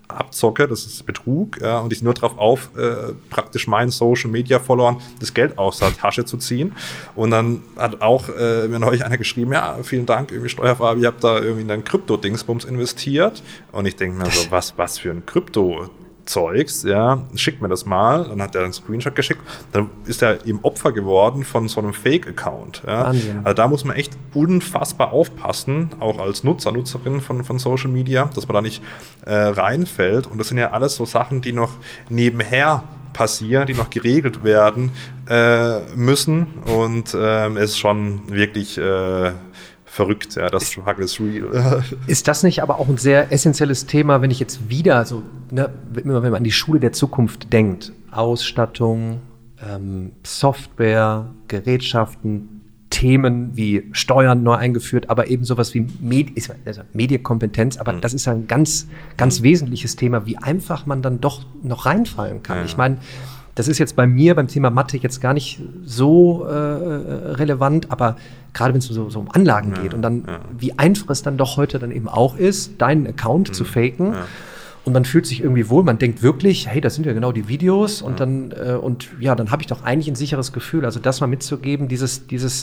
abzocke, das ist Betrug, ja, und ich nur darauf praktisch meinen Social-Media-Followern das Geld aus der Tasche zu ziehen. Und dann hat auch mir neulich einer geschrieben, ja, vielen Dank, irgendwie Steuerfabi, ihr habt da irgendwie in einen Krypto-Dingsbums investiert. Und ich denke mir so, was für ein Krypto-Zeugs, ja, schickt mir das mal. Dann hat er einen Screenshot geschickt, dann ist er eben Opfer geworden von so einem Fake-Account. Ja. Also da muss man echt unfassbar aufpassen, auch als Nutzerin von Social Media, dass man da nicht reinfällt. Und das sind ja alles so Sachen, die noch nebenher passieren, die noch geregelt werden müssen. Und es ist schon wirklich verrückt, ja, das Struggle is real. Ist das nicht aber auch ein sehr essentielles Thema, wenn ich jetzt wieder so, ne, wenn man an die Schule der Zukunft denkt, Ausstattung, Software, Gerätschaften, Themen wie Steuern neu eingeführt, aber eben sowas wie Medienkompetenz, aber das ist ja ein ganz, ganz wesentliches Thema, wie einfach man dann doch noch reinfallen kann. Ja. Ich meine, das ist jetzt bei mir beim Thema Mathe jetzt gar nicht so relevant, aber gerade wenn es so um Anlagen geht und dann, wie einfach es dann doch heute dann eben auch ist, deinen Account zu faken. Ja. Und man fühlt sich irgendwie wohl, man denkt wirklich, hey, das sind ja genau die Videos und dann dann habe ich doch eigentlich ein sicheres Gefühl. Also das mal mitzugeben, dieses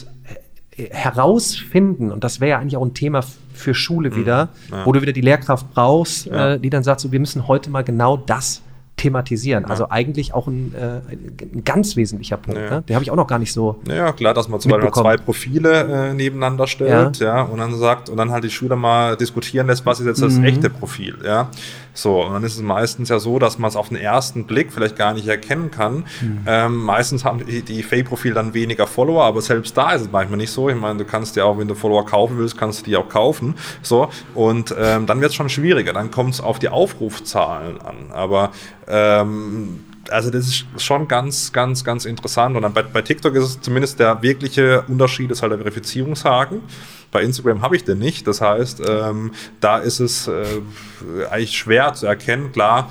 Herausfinden, und das wäre ja eigentlich auch ein Thema für Schule wieder, wo du wieder die Lehrkraft brauchst, die dann sagt, so, wir müssen heute mal genau das thematisieren. Also eigentlich auch ein ganz wesentlicher Punkt. Ja. Ne? Den habe ich auch noch gar nicht so Ja, klar, dass man zum Beispiel zwei Profile nebeneinander stellt, und dann sagt, und dann halt die Schüler mal diskutieren lässt, was ist jetzt das echte Profil, ja. So, und dann ist es meistens ja so, dass man es auf den ersten Blick vielleicht gar nicht erkennen kann. Meistens haben die Fake-Profile dann weniger Follower, aber selbst da ist es manchmal nicht so. Ich meine, du kannst ja auch, wenn du Follower kaufen willst, kannst du die auch kaufen. So, und dann wird es schon schwieriger. Dann kommt es auf die Aufrufzahlen an. Aber also das ist schon ganz, ganz, ganz interessant. Und dann bei TikTok ist es zumindest der wirkliche Unterschied, ist halt der Verifizierungshaken. Bei Instagram habe ich den nicht. Das heißt, da ist es eigentlich schwer zu erkennen. Klar,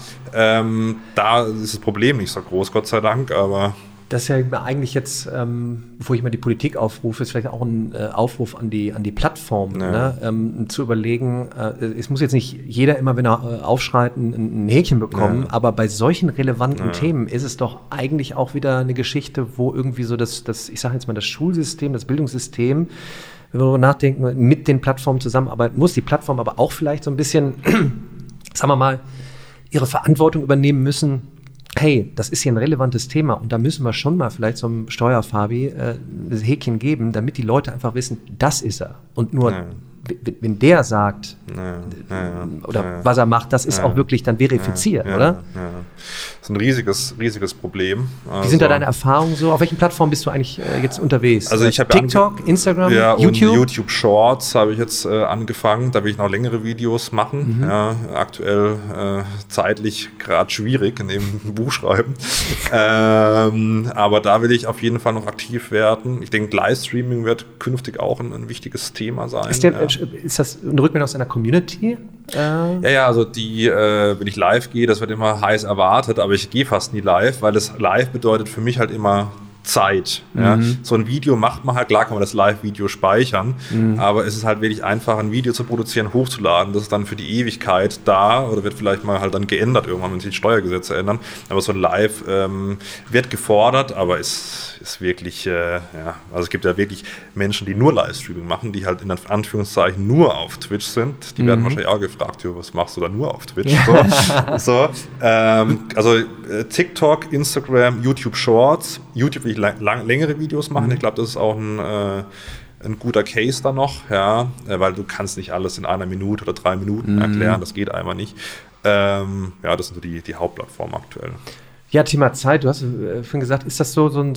da ist das Problem nicht so groß, Gott sei Dank, aber das ist ja eigentlich jetzt, bevor ich mal die Politik aufrufe, ist vielleicht auch ein Aufruf an die Plattformen, ne? Zu überlegen, es muss jetzt nicht jeder immer, wenn er aufschreit, ein Häkchen bekommen, aber bei solchen relevanten Themen ist es doch eigentlich auch wieder eine Geschichte, wo irgendwie so das ich sage jetzt mal, das Schulsystem, das Bildungssystem, wenn wir darüber nachdenken, mit den Plattformen zusammenarbeiten muss, die Plattform aber auch vielleicht so ein bisschen, sagen wir mal, ihre Verantwortung übernehmen müssen. Hey, das ist hier ein relevantes Thema und da müssen wir schon mal vielleicht so einem Steuerfabi das Häkchen geben, damit die Leute einfach wissen, das ist er. Und nur, wenn der sagt, was er macht, das ist auch wirklich dann verifiziert, oder? Ja. Das ist ein riesiges Problem. Wie sind da deine Erfahrungen so? Auf welchen Plattformen bist du eigentlich jetzt unterwegs? Also ich habe TikTok, Instagram, YouTube? Und YouTube Shorts habe ich jetzt angefangen. Da will ich noch längere Videos machen. Ja, aktuell zeitlich gerade schwierig, neben dem Buch schreiben. Aber da will ich auf jeden Fall noch aktiv werden. Ich denke, Livestreaming wird künftig auch ein wichtiges Thema sein. Ist das eine Rückmeldung aus deiner Community? Ja, also wenn ich live gehe, das wird immer heiß erwartet, aber ich gehe fast nie live, weil das live bedeutet für mich halt immer Zeit. Ja. So ein Video macht man halt, klar kann man das Live-Video speichern, aber es ist halt wirklich einfach, ein Video zu produzieren, hochzuladen. Das ist dann für die Ewigkeit da oder wird vielleicht mal halt dann geändert irgendwann, wenn sich die Steuergesetze ändern. Aber so ein Live wird gefordert, aber ist wirklich, also es gibt ja wirklich Menschen, die nur Livestreaming machen, die halt in Anführungszeichen nur auf Twitch sind. Die werden wahrscheinlich auch gefragt, was machst du da nur auf Twitch? Also TikTok, Instagram, YouTube Shorts, YouTube will ich längere Videos machen. Ich glaube, das ist auch ein guter Case da noch, weil du kannst nicht alles in 1 Minute oder 3 Minuten erklären, das geht einfach nicht. Das sind so die Hauptplattformen aktuell. Ja, Thema Zeit, du hast vorhin gesagt, ist das so ein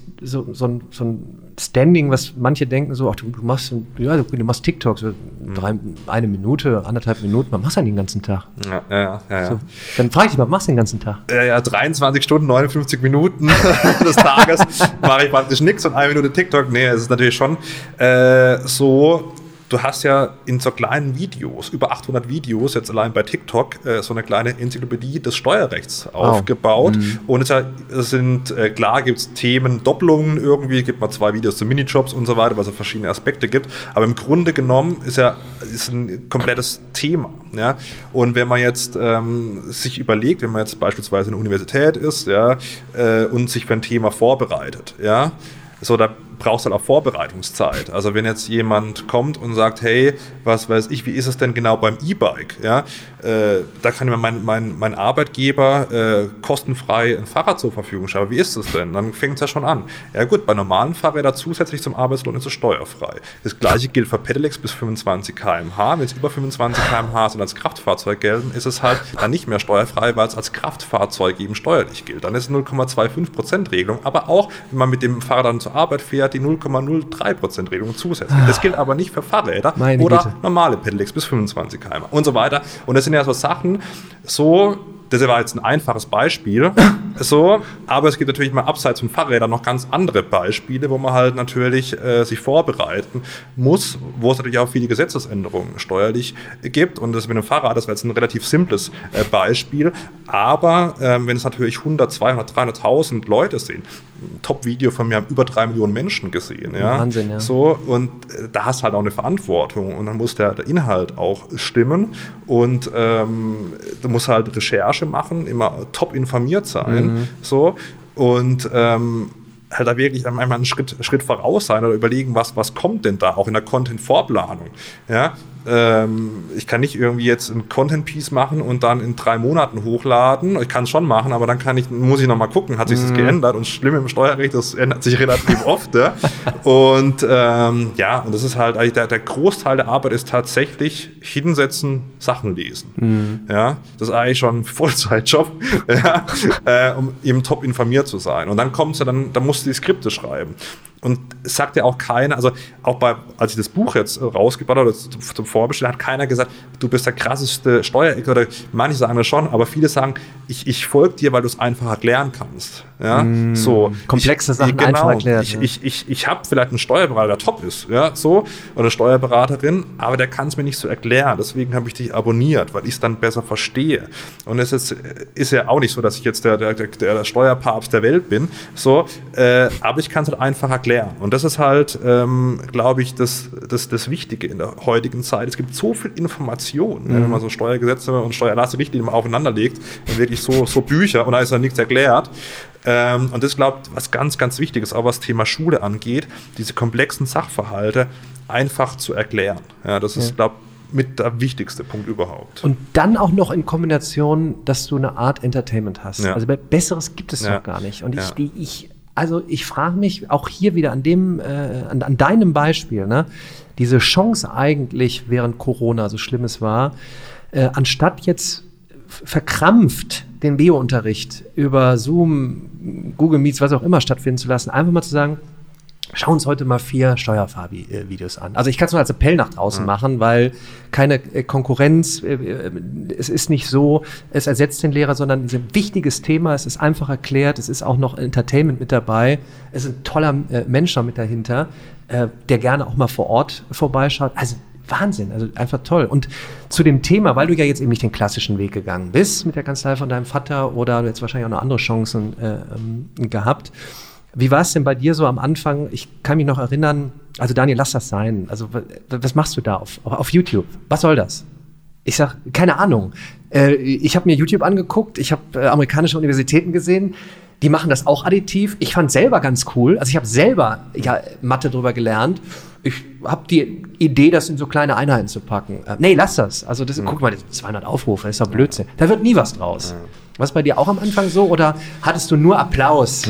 Standing, was manche denken, so, ach, du machst TikTok, so 1 Minute, 1,5 Minuten, was machst du denn den ganzen Tag? Ja. So, dann frage ich dich mal, was machst du den ganzen Tag? 23 Stunden, 59 Minuten des Tages mache ich praktisch nichts und 1 Minute TikTok. Nee, es ist natürlich schon so, du hast ja in so kleinen Videos, über 800 Videos, jetzt allein bei TikTok, so eine kleine Enzyklopädie des Steuerrechts aufgebaut. Und klar gibt es Themen, Doppelungen irgendwie, gibt mal 2 Videos zu Minijobs und so weiter, weil es verschiedene Aspekte gibt. Aber im Grunde genommen ist ein komplettes Thema. Ja? Und wenn man jetzt sich überlegt, wenn man jetzt beispielsweise in der Universität ist, ja, und sich für ein Thema vorbereitet, ja, so, da brauchst du halt auch Vorbereitungszeit. Also wenn jetzt jemand kommt und sagt, hey, was weiß ich, wie ist es denn genau beim E-Bike? Ja, da kann mir mein Arbeitgeber kostenfrei ein Fahrrad zur Verfügung stellen. Wie ist es denn? Dann fängt es ja schon an. Ja gut, bei normalen Fahrrädern zusätzlich zum Arbeitslohn ist es steuerfrei. Das gleiche gilt für Pedelecs bis 25 km/h. Wenn es über 25 km/h sind als Kraftfahrzeug gelten, ist es halt dann nicht mehr steuerfrei, weil es als Kraftfahrzeug eben steuerlich gilt. Dann ist es 0,25% Regelung. Aber auch, wenn man mit dem Fahrrad dann zur Arbeit fährt, die 0,03% Regelung zusätzlich. Das gilt aber nicht für Fahrräder oder normale Pedelecs bis 25 km und so weiter. Und das sind ja so Sachen, das war jetzt ein einfaches Beispiel, aber es gibt natürlich mal abseits von Fahrrädern noch ganz andere Beispiele, wo man halt natürlich sich vorbereiten muss, wo es natürlich auch viele Gesetzesänderungen steuerlich gibt. Und das mit dem Fahrrad, das war jetzt ein relativ simples Beispiel. Aber wenn es natürlich 100, 200, 300.000 Leute sind, ein Top-Video von mir haben über 3 Millionen Menschen gesehen. Ja? Wahnsinn, ja. Und da hast du halt auch eine Verantwortung und dann muss der Inhalt auch stimmen und du musst halt Recherche machen, immer top informiert sein, und halt da wirklich einmal einen Schritt voraus sein oder überlegen, was kommt denn da, auch in der Content-Vorplanung. Ja? Ich kann nicht irgendwie jetzt ein Content-Piece machen und dann in 3 Monaten hochladen. Ich kann es schon machen, aber dann muss ich noch mal gucken, hat sich das geändert? Und schlimm im Steuerrecht, das ändert sich relativ oft. Ja? Und und das ist halt eigentlich der Großteil der Arbeit ist tatsächlich hinsetzen, Sachen lesen. Ja? Das ist eigentlich schon ein Vollzeitjob, um eben top informiert zu sein. Und dann dann musst du die Skripte schreiben. Und es sagt ja auch keiner, also auch als ich das Buch jetzt rausgebracht habe, oder zum Vorbestellen, hat keiner gesagt, du bist der krasseste Steuerecke, oder manche sagen das schon, aber viele sagen, ich folge dir, weil du es einfach erklären kannst. Ja? Komplexe Sachen einfach erklären. Ich habe vielleicht einen Steuerberater, der top ist, ja, oder eine Steuerberaterin, aber der kann es mir nicht so erklären. Deswegen habe ich dich abonniert, weil ich es dann besser verstehe. Und es ist ja auch nicht so, dass ich jetzt der Steuerpapst der Welt bin, aber ich kann es halt einfach erklären. Und das ist halt, glaube ich, das Wichtige in der heutigen Zeit. Es gibt so viel Information, wenn man so Steuergesetze und Steuerlasterichtlinien mal aufeinander legt, dann wirklich so Bücher und da ist dann nichts erklärt. Und das, glaube ich, was ganz, ganz wichtig ist, auch was Thema Schule angeht, diese komplexen Sachverhalte einfach zu erklären. Ja, das ist, glaube ich, mit der wichtigste Punkt überhaupt. Und dann auch noch in Kombination, dass du eine Art Entertainment hast. Ja. Also Besseres gibt es doch gar nicht. Und ich frage mich auch hier wieder an deinem Beispiel, ne, diese Chance eigentlich während Corona, so schlimm es war, anstatt jetzt verkrampft den Bio-Unterricht über Zoom, Google Meets, was auch immer stattfinden zu lassen, einfach mal zu sagen, schau uns heute mal 4 Steuerfahrvideos an. Also ich kann es nur als Appell nach draußen machen, weil keine Konkurrenz, es ist nicht so, es ersetzt den Lehrer, sondern es ist ein wichtiges Thema, es ist einfach erklärt, es ist auch noch Entertainment mit dabei, es ist ein toller Mensch noch mit dahinter, der gerne auch mal vor Ort vorbeischaut. Also Wahnsinn, also einfach toll. Und zu dem Thema, weil du ja jetzt eben nicht den klassischen Weg gegangen bist mit der Kanzlei von deinem Vater oder du jetzt wahrscheinlich auch noch andere Chancen gehabt. Wie war es denn bei dir so am Anfang? Ich kann mich noch erinnern, also Daniel, lass das sein. Also was machst du da auf YouTube? Was soll das? Ich sag, keine Ahnung. Ich habe mir YouTube angeguckt, ich habe amerikanische Universitäten gesehen, die machen das auch additiv. Ich fand selber ganz cool. Also ich habe selber Mathe drüber gelernt. Ich habe die Idee, das in so kleine Einheiten zu packen. Nee, lass das. Also guck mal, 200 Aufrufe, das ist doch Blödsinn. Da wird nie was draus. War es bei dir auch am Anfang so oder hattest du nur Applaus?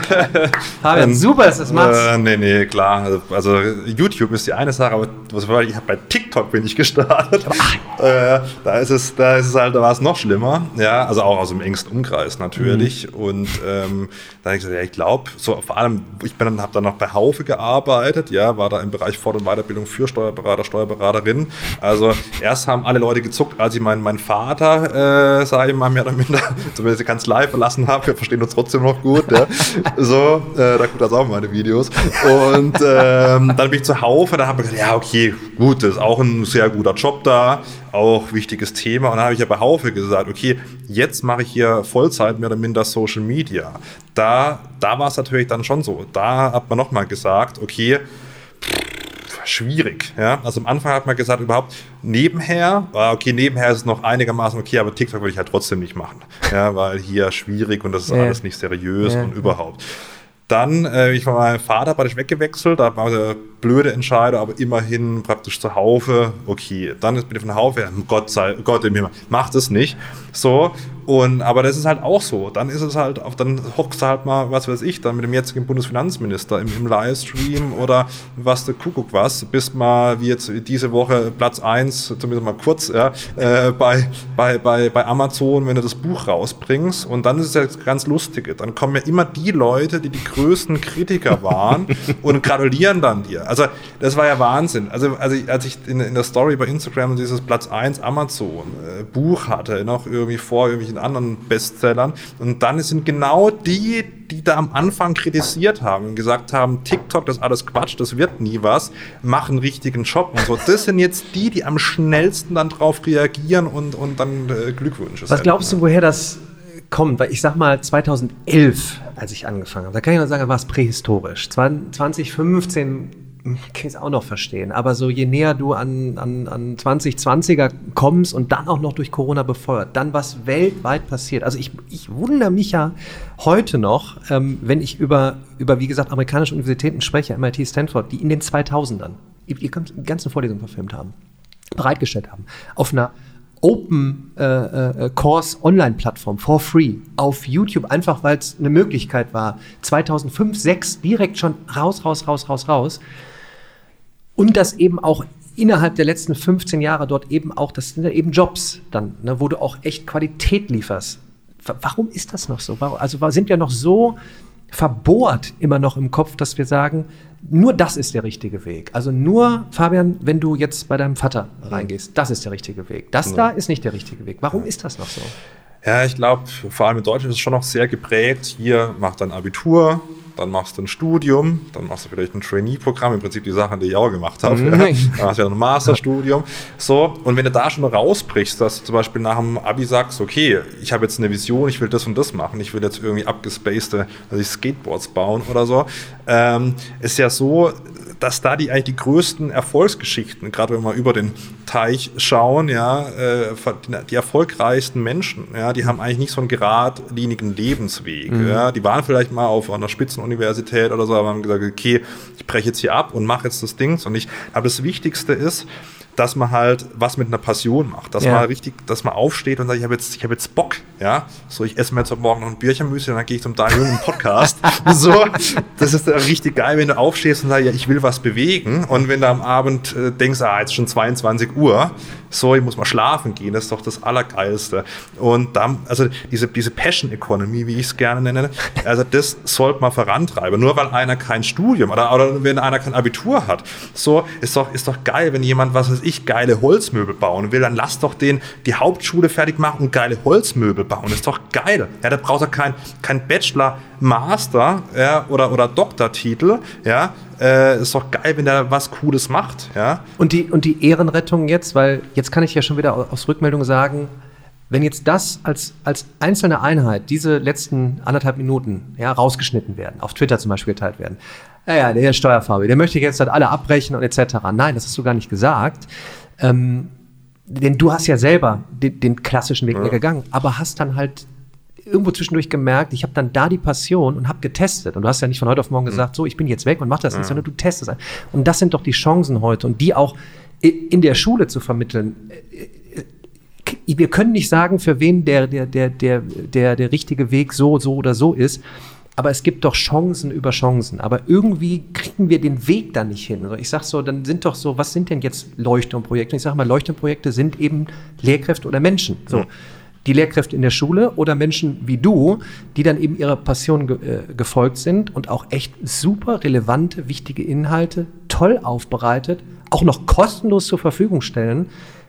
Fabian, super, dass du das machst. Nee, klar. Also YouTube ist die eine Sache, aber bei TikTok bin ich gestartet. Da war es noch schlimmer. Ja, also auch aus dem engsten Umkreis natürlich. Und da habe ich gesagt, ich glaube, so vor allem, habe dann noch bei Haufe gearbeitet, ja, war da im Bereich Bereich Fort- und Weiterbildung für Steuerberater, Steuerberaterinnen. Also erst haben alle Leute gezuckt, als ich meinen Vater, sage ich mal, mehr oder minder, zumindest die Kanzlei verlassen habe. Wir verstehen uns trotzdem noch gut. Ja. So, da guckt das auch meine Videos. Und dann bin ich zu Haufe, da habe ich gesagt, ja okay, gut, das ist auch ein sehr guter Job da, auch wichtiges Thema. Und dann habe ich ja bei Haufe gesagt, okay, jetzt mache ich hier Vollzeit mehr oder minder Social Media. Da war es natürlich dann schon so. Da hat man nochmal gesagt, okay, schwierig. Ja? Also am Anfang hat man gesagt, überhaupt nebenher ist es noch einigermaßen okay, aber TikTok würde ich halt trotzdem nicht machen. Ja, weil hier schwierig und das ist alles nicht seriös und überhaupt. Dann, ich war meinem Vater praktisch weggewechselt, da war eine blöde Entscheidung, aber immerhin praktisch zur Haufe, okay. Dann bin ich von der Haufe, Gott im Himmel, macht es nicht. So, aber das ist halt auch so. Dann ist es halt, dann hockst du halt mal, was weiß ich, dann mit dem jetzigen Bundesfinanzminister im Livestream oder was der Kuckuck was, bis mal, wie jetzt diese Woche Platz 1, zumindest mal kurz, ja, bei Amazon, wenn du das Buch rausbringst. Und dann ist es ja das ganz Lustige. Dann kommen ja immer die Leute, die größten Kritiker waren und gratulieren dann dir. Also das war ja Wahnsinn. Also als ich in der Story bei Instagram dieses Platz 1 Amazon Buch hatte, noch irgendwie vor irgendwelchen anderen Bestsellern, und dann sind genau die da am Anfang kritisiert haben und gesagt haben, TikTok, das ist alles Quatsch, das wird nie was, machen einen richtigen Job und so. Das sind jetzt die am schnellsten dann drauf reagieren und dann Glückwünsche. Was glaubst du, woher das kommt? Weil ich sag mal 2011, als ich angefangen habe, da kann ich nur sagen, da war es prähistorisch. 2015 kann ich es auch noch verstehen, aber so je näher du an 2020er kommst und dann auch noch durch Corona befeuert, dann was weltweit passiert. Also ich wundere mich ja heute noch, wenn ich über, wie gesagt, amerikanische Universitäten spreche, MIT, Stanford, die in den 2000ern die ganzen Vorlesungen verfilmt haben, bereitgestellt haben, auf einer Open Course Online-Plattform for free auf YouTube, einfach weil es eine Möglichkeit war, 2005, 2006 direkt schon raus. Und das eben auch innerhalb der letzten 15 Jahre dort eben auch, das sind ja eben Jobs dann, ne, wo du auch echt Qualität lieferst. Warum ist das noch so? Also sind wir noch so verbohrt immer noch im Kopf, dass wir sagen, nur das ist der richtige Weg. Also nur, Fabian, wenn du jetzt bei deinem Vater reingehst, das ist der richtige Weg. Das da ist nicht der richtige Weg. Warum ist das noch so? Ja, ich glaube, vor allem in Deutschland ist es schon noch sehr geprägt. Hier machst du ein Abitur, dann machst du ein Studium, dann machst du vielleicht ein Trainee-Programm, im Prinzip die Sachen, die ich auch gemacht habe. Ja. Dann hast du ja ein Masterstudium. So, und wenn du da schon rausbrichst, dass du zum Beispiel nach dem Abi sagst, okay, ich habe jetzt eine Vision, ich will das und das machen, ich will jetzt irgendwie abgespacede Skateboards bauen oder so, ist ja so, dass da eigentlich die größten Erfolgsgeschichten, gerade wenn wir über den Teich schauen, ja, die erfolgreichsten Menschen, ja, die haben eigentlich nicht so einen geradlinigen Lebensweg. Ja. Die waren vielleicht mal auf einer Spitzenuniversität oder so, aber haben gesagt, okay, ich breche jetzt hier ab und mache jetzt das Ding. Aber das Wichtigste ist, dass man halt was mit einer Passion macht, dass man aufsteht und sagt, ich habe jetzt Bock, ja, so ich esse mir jetzt heute Morgen noch ein Bierchenmüsli und dann gehe ich zum Daniel Podcast, so, das ist richtig geil, wenn du aufstehst und sagst, ja, ich will was bewegen, und wenn du am Abend denkst, jetzt ist schon 22 Uhr, so, ich muss mal schlafen gehen, das ist doch das Allergeilste. Und dann, also diese Passion Economy, wie ich es gerne nenne, also das sollte man vorantreiben. Nur weil einer kein Studium oder wenn einer kein Abitur hat, so, ist doch geil, wenn jemand, was weiß ich, geile Holzmöbel bauen will, dann lass doch den die Hauptschule fertig machen und geile Holzmöbel bauen. Das ist doch geil. Ja, da braucht er kein Bachelor, Master, ja, oder Doktortitel, ja. Ist doch geil, wenn der was Cooles macht, ja. Und die Ehrenrettung jetzt, weil jetzt kann ich ja schon wieder aus Rückmeldung sagen, wenn jetzt das als einzelne Einheit, diese letzten 1,5 Minuten, ja, rausgeschnitten werden, auf Twitter zum Beispiel geteilt werden, ja, der Steuerfabi, der möchte jetzt halt alle abbrechen und etc. Nein, das hast du gar nicht gesagt. Denn du hast ja selber den klassischen Weg gegangen, aber hast dann halt irgendwo zwischendurch gemerkt, ich habe dann da die Passion und habe getestet. Und du hast ja nicht von heute auf morgen gesagt, so, ich bin jetzt weg und mach das nicht, sondern du testest. Und das sind doch die Chancen heute. Und die auch in der Schule zu vermitteln. Wir können nicht sagen, für wen der richtige Weg so oder so ist. Aber es gibt doch Chancen über Chancen. Aber irgendwie kriegen wir den Weg da nicht hin. Also ich sag so, dann sind doch so, was sind denn jetzt Leuchtturmprojekte? Ich sage mal, Leuchtturmprojekte sind eben Lehrkräfte oder Menschen. So. die Lehrkräfte in der Schule oder Menschen wie du, die dann eben ihrer Passion gefolgt sind und auch echt super relevante, wichtige Inhalte toll aufbereitet, auch noch kostenlos zur Verfügung stellen.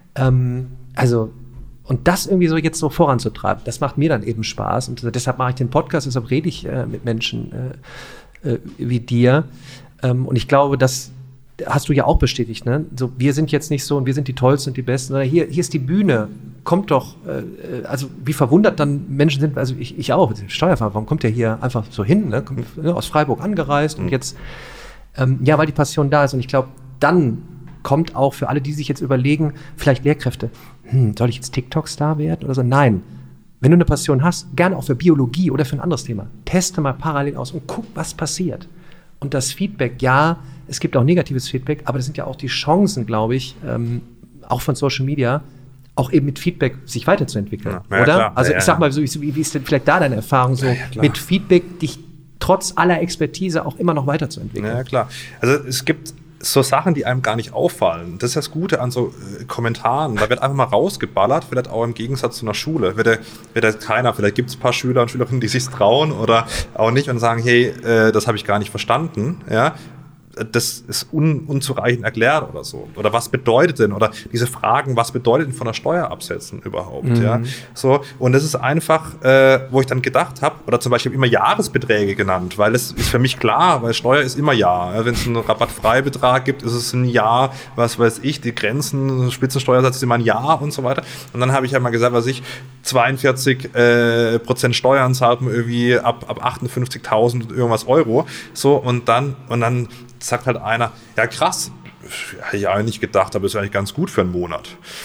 Und das irgendwie so jetzt so voranzutreiben, das macht mir dann eben Spaß. Und deshalb mache ich den Podcast, deshalb rede ich mit Menschen wie dir. Und ich glaube, das hast du ja auch bestätigt, ne? So, wir sind jetzt nicht so und wir sind die Tollsten und die Besten, sondern hier ist die Bühne. Kommt doch, also wie verwundert dann Menschen sind, also ich auch, Steuerfahrer, warum kommt der hier einfach so hin, ne? Kommt aus Freiburg angereist und jetzt, weil die Passion da ist. Und ich glaube, dann kommt auch für alle, die sich jetzt überlegen, vielleicht Lehrkräfte, soll ich jetzt TikTok-Star werden oder so? Nein. Wenn du eine Passion hast, gerne auch für Biologie oder für ein anderes Thema, teste mal parallel aus und guck, was passiert. Und das Feedback, ja, es gibt auch negatives Feedback, aber das sind ja auch die Chancen, glaube ich, auch von Social Media, auch eben mit Feedback sich weiterzuentwickeln, oder? Klar. Also ich sag mal, wie ist denn vielleicht da deine Erfahrung so, mit Feedback dich trotz aller Expertise auch immer noch weiterzuentwickeln? Ja, klar. Also es gibt so Sachen, die einem gar nicht auffallen. Das ist das Gute an so Kommentaren. Da wird einfach mal rausgeballert, vielleicht auch im Gegensatz zu einer Schule. Wird keiner, vielleicht gibt es ein paar Schüler und Schülerinnen, die sich trauen oder auch nicht und sagen, hey, das habe ich gar nicht verstanden. Ja? Das ist unzureichend erklärt oder so. Oder was bedeutet denn? Oder diese Fragen, was bedeutet denn von der Steuer absetzen überhaupt? Ja? So, und das ist einfach, wo ich dann gedacht habe, oder zum Beispiel immer Jahresbeträge genannt, weil es ist für mich klar, weil Steuer ist immer Jahr. Ja? Wenn es einen Rabattfreibetrag gibt, ist es ein Jahr, was weiß ich, die Grenzen, Spitzensteuersatz ist immer ein Jahr und so weiter. Und dann habe ich ja mal gesagt, 42% Steuern zahlt man irgendwie ab 58.000 irgendwas Euro. So, und dann sagt halt einer, ja krass, hätte ich eigentlich gedacht, aber ist eigentlich ganz gut für einen Monat.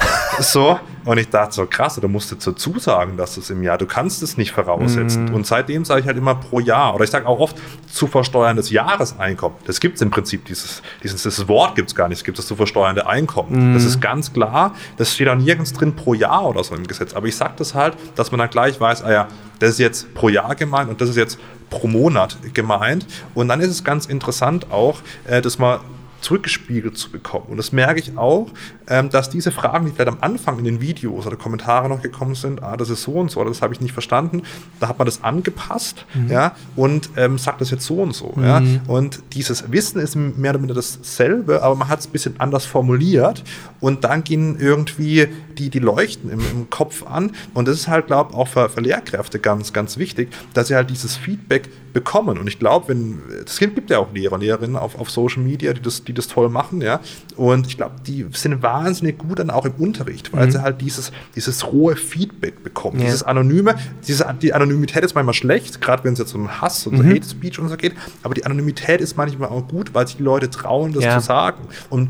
So, und ich dachte so, krass, da musst du dazu sagen, dass es im Jahr, du kannst es nicht voraussetzen. Und seitdem sage ich halt immer pro Jahr, oder ich sage auch oft zu versteuerndes Jahreseinkommen. Das gibt es im Prinzip, dieses Wort gibt es gar nicht, es gibt das zu versteuernde Einkommen. Das ist ganz klar, das steht da nirgends drin pro Jahr oder so im Gesetz. Aber ich sage das halt, dass man dann gleich weiß, das ist jetzt pro Jahr gemeint und das ist jetzt pro Monat gemeint. Und dann ist es ganz interessant auch, das mal zurückgespiegelt zu bekommen. Und das merke ich auch, dass diese Fragen, die vielleicht am Anfang in den Videos oder Kommentare noch gekommen sind, das ist so und so, oder das habe ich nicht verstanden, da hat man das angepasst, und sagt das jetzt so und so. Ja? Und dieses Wissen ist mehr oder weniger dasselbe, aber man hat es ein bisschen anders formuliert und dann gehen irgendwie die Leuchten im Kopf an. Und das ist halt, glaube ich, auch für Lehrkräfte ganz, ganz wichtig, dass sie halt dieses Feedback bekommen. Und ich glaube, es gibt ja auch Lehrer und Lehrerinnen auf Social Media, die das toll machen, ja. Und ich glaube, die sind wahnsinnig gut dann auch im Unterricht, weil sie halt dieses rohe Feedback bekommen. Ja. Dieses Anonyme, die Anonymität ist manchmal schlecht, gerade wenn es jetzt um Hass und Hate Speech und so geht, aber die Anonymität ist manchmal auch gut, weil sich die Leute trauen, das zu sagen. Und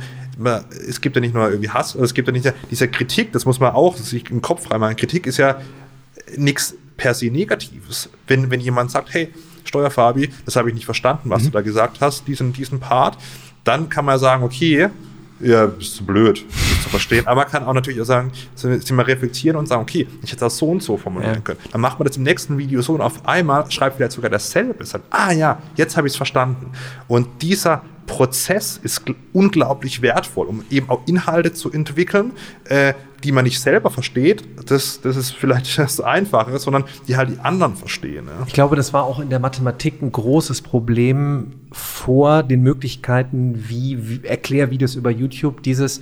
es gibt ja nicht nur irgendwie Hass, es gibt ja nicht diese Kritik, das muss man auch sich im Kopf reinmachen. Kritik ist ja nichts per se Negatives. Wenn jemand sagt, hey, Steuerfabi, das habe ich nicht verstanden, was du da gesagt hast, diesen Part, dann kann man sagen, okay, ja, bist du blöd, das zu verstehen. Aber man kann auch natürlich auch sagen, sich mal reflektieren und sagen, okay, ich hätte das so und so formulieren können. Dann macht man das im nächsten Video so und auf einmal schreibt vielleicht sogar dasselbe. Sagt, jetzt habe ich es verstanden. Und dieser Prozess ist unglaublich wertvoll, um eben auch Inhalte zu entwickeln, die man nicht selber versteht. Das ist vielleicht das Einfache, sondern die halt die anderen verstehen. Ja. Ich glaube, das war auch in der Mathematik ein großes Problem vor den Möglichkeiten wie Erklärvideos über YouTube. Ich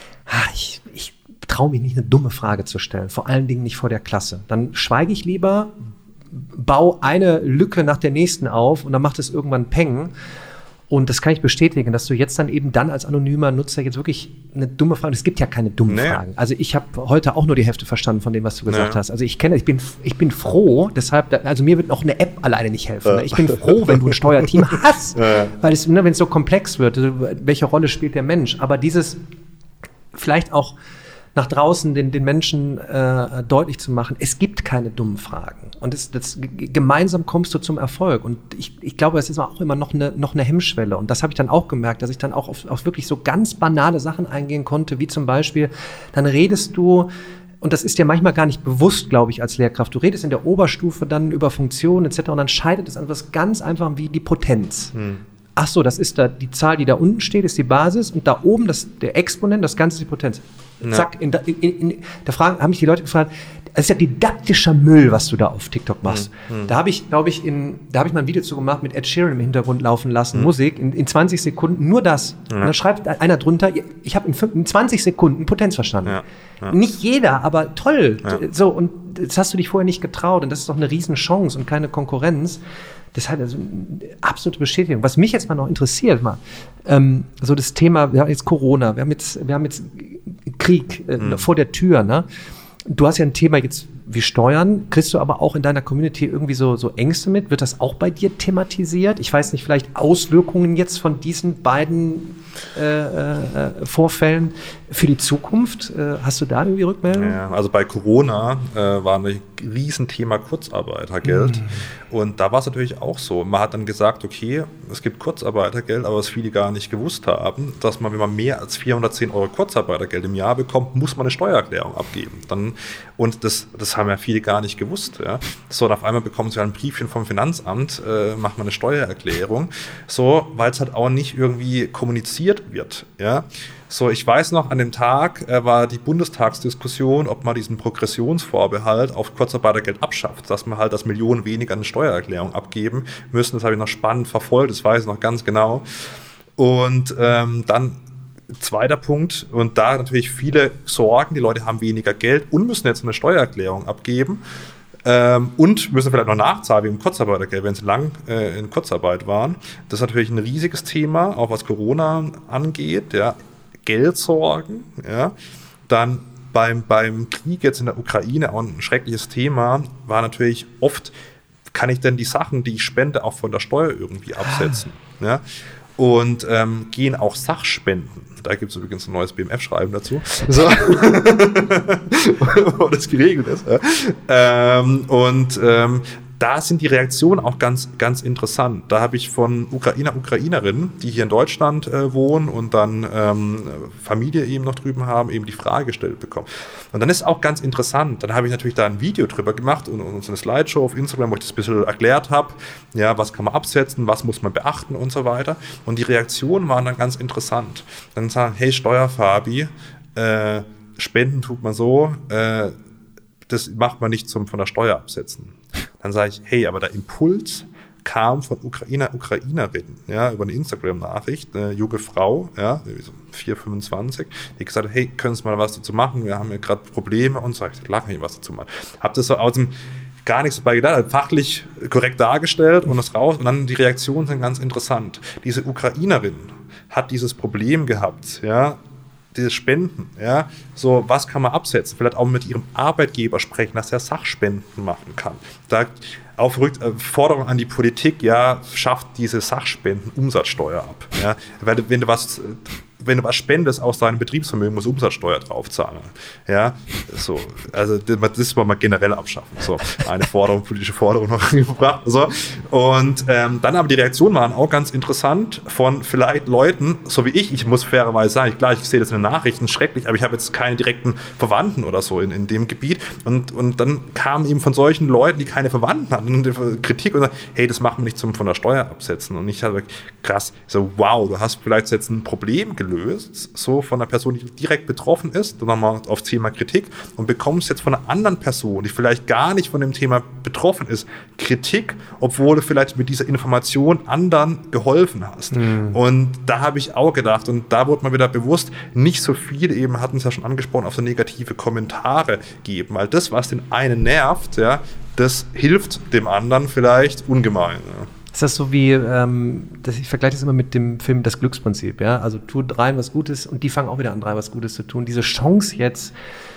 traue mich nicht, eine dumme Frage zu stellen, vor allen Dingen nicht vor der Klasse. Dann schweige ich lieber, baue eine Lücke nach der nächsten auf und dann macht es irgendwann Peng. Und das kann ich bestätigen, dass du jetzt dann eben als anonymer Nutzer jetzt wirklich eine dumme Frage, es gibt ja keine dummen Fragen. Also ich habe heute auch nur die Hälfte verstanden von dem, was du gesagt hast. Also ich bin froh, deshalb, also mir wird noch eine App alleine nicht helfen. Ich bin froh, wenn du ein Steuerteam hast, weil es, wenn es so komplex wird, welche Rolle spielt der Mensch? Aber dieses vielleicht auch nach draußen den Menschen deutlich zu machen, es gibt keine dummen Fragen. Und gemeinsam kommst du zum Erfolg. Und ich glaube, es ist auch immer noch eine Hemmschwelle. Und das habe ich dann auch gemerkt, dass ich dann auch auf wirklich so ganz banale Sachen eingehen konnte, wie zum Beispiel, dann redest du, und das ist dir manchmal gar nicht bewusst, glaube ich, als Lehrkraft, du redest in der Oberstufe dann über Funktionen etc. und dann scheidet es an etwas ganz einfach wie die Potenz. Ach so, das ist da die Zahl, die da unten steht, ist die Basis und da oben der Exponent, das Ganze ist die Potenz. Zack, da haben mich die Leute gefragt, es ist ja didaktischer Müll, was du da auf TikTok machst. Da habe ich, glaube ich, mal ein Video zu gemacht mit Ed Sheeran im Hintergrund laufen lassen, Musik, in 20 Sekunden, nur das. Und dann schreibt einer drunter, ich habe in 20 Sekunden Potenz verstanden. Nicht jeder, aber toll. So, und das hast du dich vorher nicht getraut und das ist doch eine Riesenchance und keine Konkurrenz. Das hat also eine absolute Bestätigung. Was mich jetzt mal noch interessiert, so das Thema, wir haben jetzt Corona, wir haben jetzt Krieg vor der Tür, ne? Du hast ja ein Thema jetzt wie Steuern. Kriegst du aber auch in deiner Community irgendwie so Ängste mit? Wird das auch bei dir thematisiert? Ich weiß nicht, vielleicht Auswirkungen jetzt von diesen beiden Vorfällen für die Zukunft? Hast du da irgendwie Rückmeldungen? Ja, also bei Corona war ein Riesenthema Kurzarbeitergeld. Und da war es natürlich auch so. Man hat dann gesagt, okay, es gibt Kurzarbeitergeld, aber was viele gar nicht gewusst haben, dass man, wenn man mehr als 410 € Kurzarbeitergeld im Jahr bekommt, muss man eine Steuererklärung abgeben. Und das haben ja viele gar nicht gewusst. Ja. So, und auf einmal bekommen sie ein Briefchen vom Finanzamt, macht man eine Steuererklärung, so, weil es halt auch nicht irgendwie kommuniziert wird. Ja. So, ich weiß noch, an dem Tag war die Bundestagsdiskussion, ob man diesen Progressionsvorbehalt auf Kurzarbeitergeld abschafft, dass man halt das Millionen weniger eine Steuererklärung abgeben müssen. Das habe ich noch spannend verfolgt, das weiß ich noch ganz genau. Und dann zweiter Punkt, und da natürlich viele Sorgen, die Leute haben weniger Geld und müssen jetzt eine Steuererklärung abgeben. Und müssen vielleicht noch nachzahlen wegen Kurzarbeitergeld, wenn sie lang in Kurzarbeit waren. Das ist natürlich ein riesiges Thema, auch was Corona angeht. Ja. Geldsorgen. Ja. Dann beim Krieg jetzt in der Ukraine auch ein schreckliches Thema, war natürlich oft, kann ich denn die Sachen, die ich spende, auch von der Steuer irgendwie absetzen? Ja. Und gehen auch Sachspenden. Da gibt es übrigens ein neues BMF-Schreiben dazu, so. Wo das geregelt ist. Da sind die Reaktionen auch ganz, ganz interessant. Da habe ich von Ukrainerinnen, die hier in Deutschland wohnen und dann Familie eben noch drüben haben, eben die Frage gestellt bekommen. Und dann ist auch ganz interessant, dann habe ich natürlich da ein Video drüber gemacht und so eine Slideshow auf Instagram, wo ich das ein bisschen erklärt habe, ja, was kann man absetzen, was muss man beachten und so weiter. Und die Reaktionen waren dann ganz interessant. Dann sagen, hey Steuerfabi, Spenden tut man so, das macht man nicht von der Steuer absetzen. Dann sage ich, hey, aber der Impuls kam von Ukrainerinnen, ja, über eine Instagram-Nachricht, eine junge Frau, ja, so 4,25, die gesagt hat, hey, können Sie mal was dazu machen? Wir haben ja gerade Probleme und so. Ich sage, klar kann ich was dazu machen. Habe das so aus dem gar nichts dabei gedacht, fachlich korrekt dargestellt und das raus. Und dann die Reaktionen sind ganz interessant. Diese Ukrainerin hat dieses Problem gehabt, ja, dieses Spenden, ja, so, was kann man absetzen? Vielleicht auch mit ihrem Arbeitgeber sprechen, dass er Sachspenden machen kann. Da auch Forderung an die Politik, ja, schafft diese Sachspenden Umsatzsteuer ab. Ja, weil wenn du was spendest aus deinem Betriebsvermögen, muss Umsatzsteuer draufzahlen. Ja, so, also das wollen wir generell abschaffen. So, eine politische Forderung noch gebracht. So. Und dann aber die Reaktionen waren auch ganz interessant von vielleicht Leuten, so wie ich muss fairerweise sagen, klar, ich sehe das in den Nachrichten schrecklich, aber ich habe jetzt keine direkten Verwandten oder so in dem Gebiet. Und dann kamen eben von solchen Leuten, die keine Verwandten hatten, Kritik und sagen, hey, das machen wir nicht von der Steuer absetzen. Und ich habe krass, so wow, du hast vielleicht jetzt ein Problem gelöst, so von einer Person, die direkt betroffen ist, dann nochmal aufs Thema Kritik und bekommst jetzt von einer anderen Person, die vielleicht gar nicht von dem Thema betroffen ist, Kritik, obwohl du vielleicht mit dieser Information anderen geholfen hast. Und da habe ich auch gedacht, und da wurde mir wieder bewusst, nicht so viel, eben hatten es ja schon angesprochen, auf so negative Kommentare geben, weil das, was den einen nervt, ja, das hilft dem anderen vielleicht ungemein. Ja. Ist das so wie, ich vergleiche das immer mit dem Film Das Glücksprinzip, ja? Also tu dreien was Gutes und die fangen auch wieder an, drei was Gutes zu tun. Diese Chance jetzt,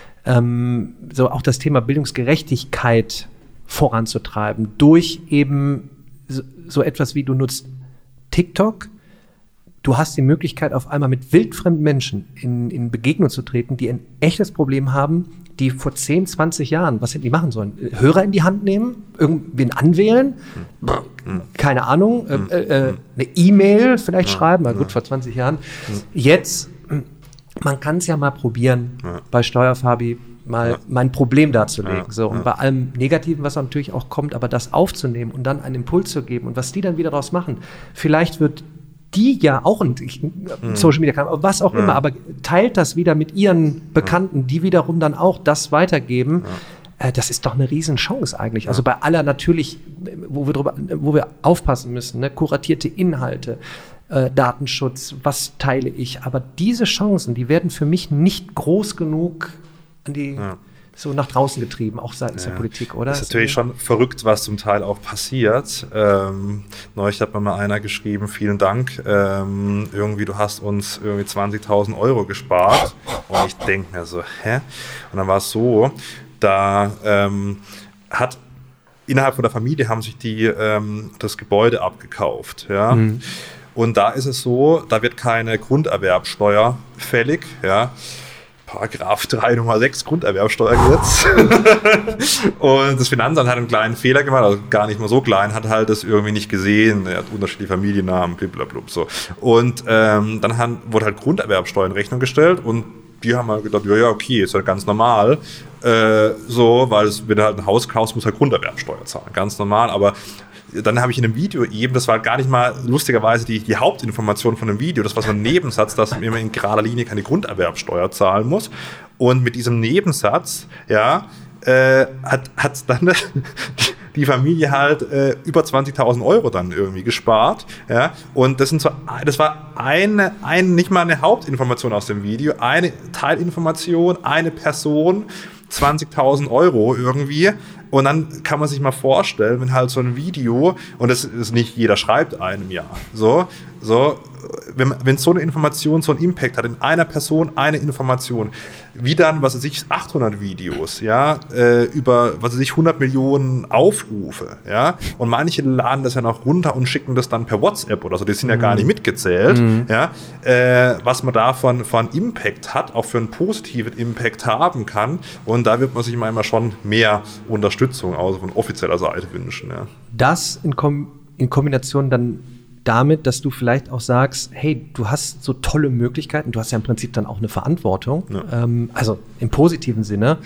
so auch das Thema Bildungsgerechtigkeit voranzutreiben, durch eben so etwas wie, du nutzt TikTok, du hast die Möglichkeit, auf einmal mit wildfremden Menschen in Begegnung zu treten, die ein echtes Problem haben, die vor 10, 20 Jahren, was hätten die machen sollen? Hörer in die Hand nehmen? Irgendwen anwählen? Keine Ahnung. Eine E-Mail vielleicht schreiben? Na gut, vor 20 Jahren. Jetzt, man kann es ja mal probieren, bei Steuerfabi mal mein Problem darzulegen. So, und bei allem Negativen, was natürlich auch kommt, aber das aufzunehmen und dann einen Impuls zu geben und was die dann wieder daraus machen. Vielleicht wird die ja auch in Social Media Kanal, was auch immer, aber teilt das wieder mit ihren Bekannten, die wiederum dann auch das weitergeben. das ist doch eine Riesenchance eigentlich. Also bei aller natürlich, wo wir aufpassen müssen, ne? Kuratierte Inhalte, Datenschutz, was teile ich. Aber diese Chancen, die werden für mich nicht groß genug so nach draußen getrieben, auch seitens der Politik, oder? Das ist natürlich schon verrückt, was zum Teil auch passiert. Neulich hat mir mal einer geschrieben, vielen Dank, irgendwie du hast uns irgendwie 20.000 Euro gespart. Und ich denke mir so, hä? Und dann war es so, da hat innerhalb von der Familie haben sich die das Gebäude abgekauft, ja. Mhm. Und da ist es so, da wird keine Grunderwerbsteuer fällig, ja. Paragraph 3 Nummer 6 Grunderwerbsteuergesetz. Und das Finanzamt hat einen kleinen Fehler gemacht, also gar nicht mal so klein, hat halt das irgendwie nicht gesehen. Er hat unterschiedliche Familiennamen, blablabla. So. Und dann wurde halt Grunderwerbsteuer in Rechnung gestellt und die haben halt gedacht, ja, okay, ist halt ganz normal. Weil wenn du halt ein Haus kaufst, musst du halt Grunderwerbsteuer zahlen. Ganz normal, aber dann habe ich in einem Video eben, das war gar nicht mal lustigerweise die Hauptinformation von dem Video, das war so ein Nebensatz, dass man in gerader Linie keine Grunderwerbsteuer zahlen muss. Und mit diesem Nebensatz, hat dann die Familie halt über 20.000 Euro dann irgendwie gespart. Ja? Und das war nicht mal eine Hauptinformation aus dem Video, eine Teilinformation, eine Person, 20.000 Euro irgendwie. Und dann kann man sich mal vorstellen, wenn halt so ein Video, und das ist nicht jeder schreibt einem ja, wenn so eine Information so einen Impact hat, in einer Person eine Information, wie dann, 800 Videos, ja, über, 100 Millionen Aufrufe, ja, und manche laden das ja noch runter und schicken das dann per WhatsApp oder so, die sind ja gar nicht mitgezählt, ja, was man da von Impact hat, auch für einen positiven Impact haben kann, und da wird man sich manchmal schon mehr Unterstützung, also von offizieller Seite wünschen, ja. Das in Kombination dann damit, dass du vielleicht auch sagst, hey, du hast so tolle Möglichkeiten, du hast ja im Prinzip dann auch eine Verantwortung, also im positiven Sinne,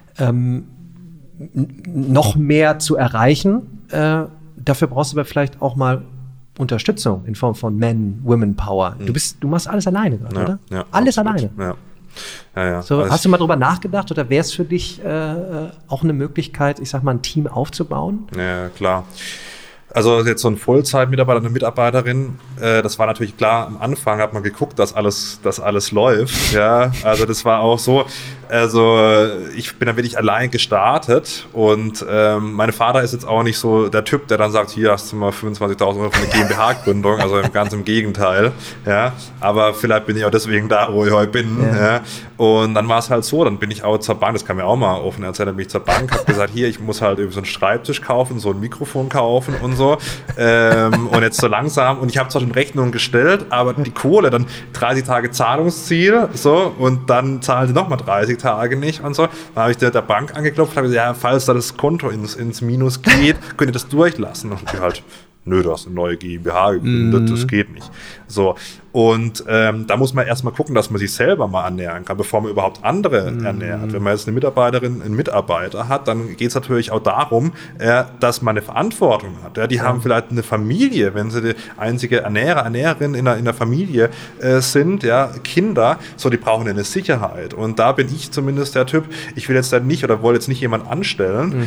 noch mehr zu erreichen. Dafür brauchst du aber vielleicht auch mal Unterstützung in Form von Women Power. Du machst alles alleine gerade, oder? Ja, alles absolut. Alleine. Ja. So, also hast du mal drüber nachgedacht oder wäre es für dich auch eine Möglichkeit, ich sag mal, ein Team aufzubauen? Ja, klar. Also jetzt so ein Vollzeitmitarbeiter, eine Mitarbeiterin, das war natürlich klar, am Anfang hat man geguckt, dass alles läuft, ja, also das war auch so, also ich bin dann wirklich allein gestartet und mein Vater ist jetzt auch nicht so der Typ, der dann sagt, hier hast du mal 25.000 Euro für eine GmbH-Gründung, also ganz im Gegenteil, ja, aber vielleicht bin ich auch deswegen da, wo ich heute bin, ja. Und dann war es halt so, dann bin ich auch zur Bank, das kann mir auch mal offen erzählen, dann bin ich zur Bank, habe gesagt, hier, ich muss halt irgendwie so einen Schreibtisch kaufen, so ein Mikrofon kaufen und so. Und jetzt so langsam, und ich habe zwar schon Rechnungen gestellt, aber die Kohle, dann 30 Tage Zahlungsziel, so, und dann zahlen sie nochmal 30 Tage nicht und so. Dann habe ich der Bank angeklopft, habe gesagt, ja, falls da das Konto ins Minus geht, könnt ihr das durchlassen. Und die halt, nö, du hast eine neue GmbH gegründet, das geht nicht. So, und da muss man erstmal gucken, dass man sich selber mal ernähren kann, bevor man überhaupt andere ernährt. Wenn man jetzt eine Mitarbeiterin, einen Mitarbeiter hat, dann geht es natürlich auch darum, dass man eine Verantwortung hat. Ja, die haben vielleicht eine Familie, wenn sie die einzige Ernährerin in der Familie sind, ja, Kinder, so, die brauchen eine Sicherheit. Und da bin ich zumindest der Typ, ich will jetzt dann nicht oder wollte jetzt nicht jemanden anstellen,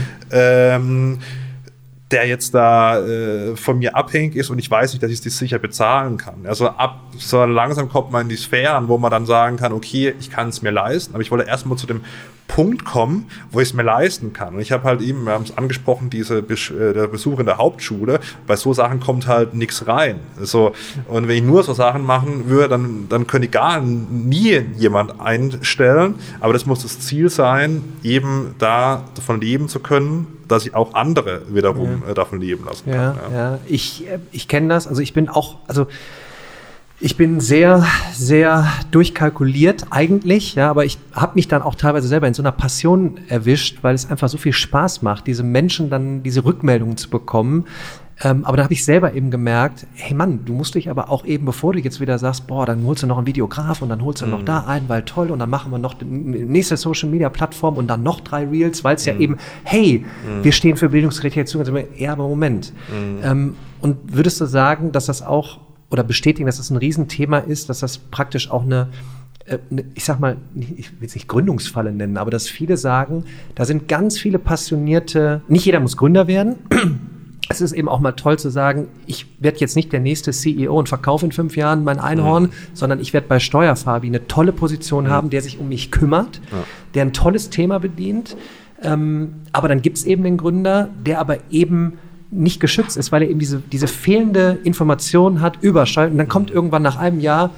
der jetzt da von mir abhängig ist und ich weiß nicht, dass ich das sicher bezahlen kann. Also so langsam kommt man in die Sphären, wo man dann sagen kann, okay, ich kann es mir leisten, aber ich wollte erstmal zu dem Punkt kommen, wo ich es mir leisten kann. Und ich habe halt eben, wir haben es angesprochen, der Besuch in der Hauptschule, bei so Sachen kommt halt nichts rein. So, und wenn ich nur so Sachen machen würde, dann könnte ich nie jemand einstellen, aber das muss das Ziel sein, eben davon leben zu können, dass ich auch andere wiederum davon leben lassen kann. Ja. Ich kenne das, also ich bin sehr, sehr durchkalkuliert eigentlich, ja, aber ich habe mich dann auch teilweise selber in so einer Passion erwischt, weil es einfach so viel Spaß macht, diese Menschen dann diese Rückmeldungen zu bekommen. Aber da habe ich selber eben gemerkt, hey Mann, du musst dich aber auch eben, bevor du jetzt wieder sagst, boah, dann holst du noch einen Videograf und dann holst du noch da einen, weil toll, und dann machen wir noch die nächste Social-Media-Plattform und dann noch 3 Reels, weil es ja eben, hey, wir stehen für bildungsgerechte Erziehung. Ja, aber Moment. Und würdest du sagen, dass das auch, oder bestätigen, dass das ein Riesenthema ist, dass das praktisch auch eine ich sag mal, ich will es nicht Gründungsfalle nennen, aber dass viele sagen, da sind ganz viele passionierte, nicht jeder muss Gründer werden. Es ist eben auch mal toll zu sagen, ich werde jetzt nicht der nächste CEO und verkaufe in 5 Jahren mein Einhorn, sondern ich werde bei Steuerfabi eine tolle Position haben, der sich um mich kümmert, der ein tolles Thema bedient. Aber dann gibt es eben den Gründer, der aber eben nicht geschützt ist, weil er eben diese fehlende Information hat über Steuern. Und dann kommt irgendwann nach einem Jahr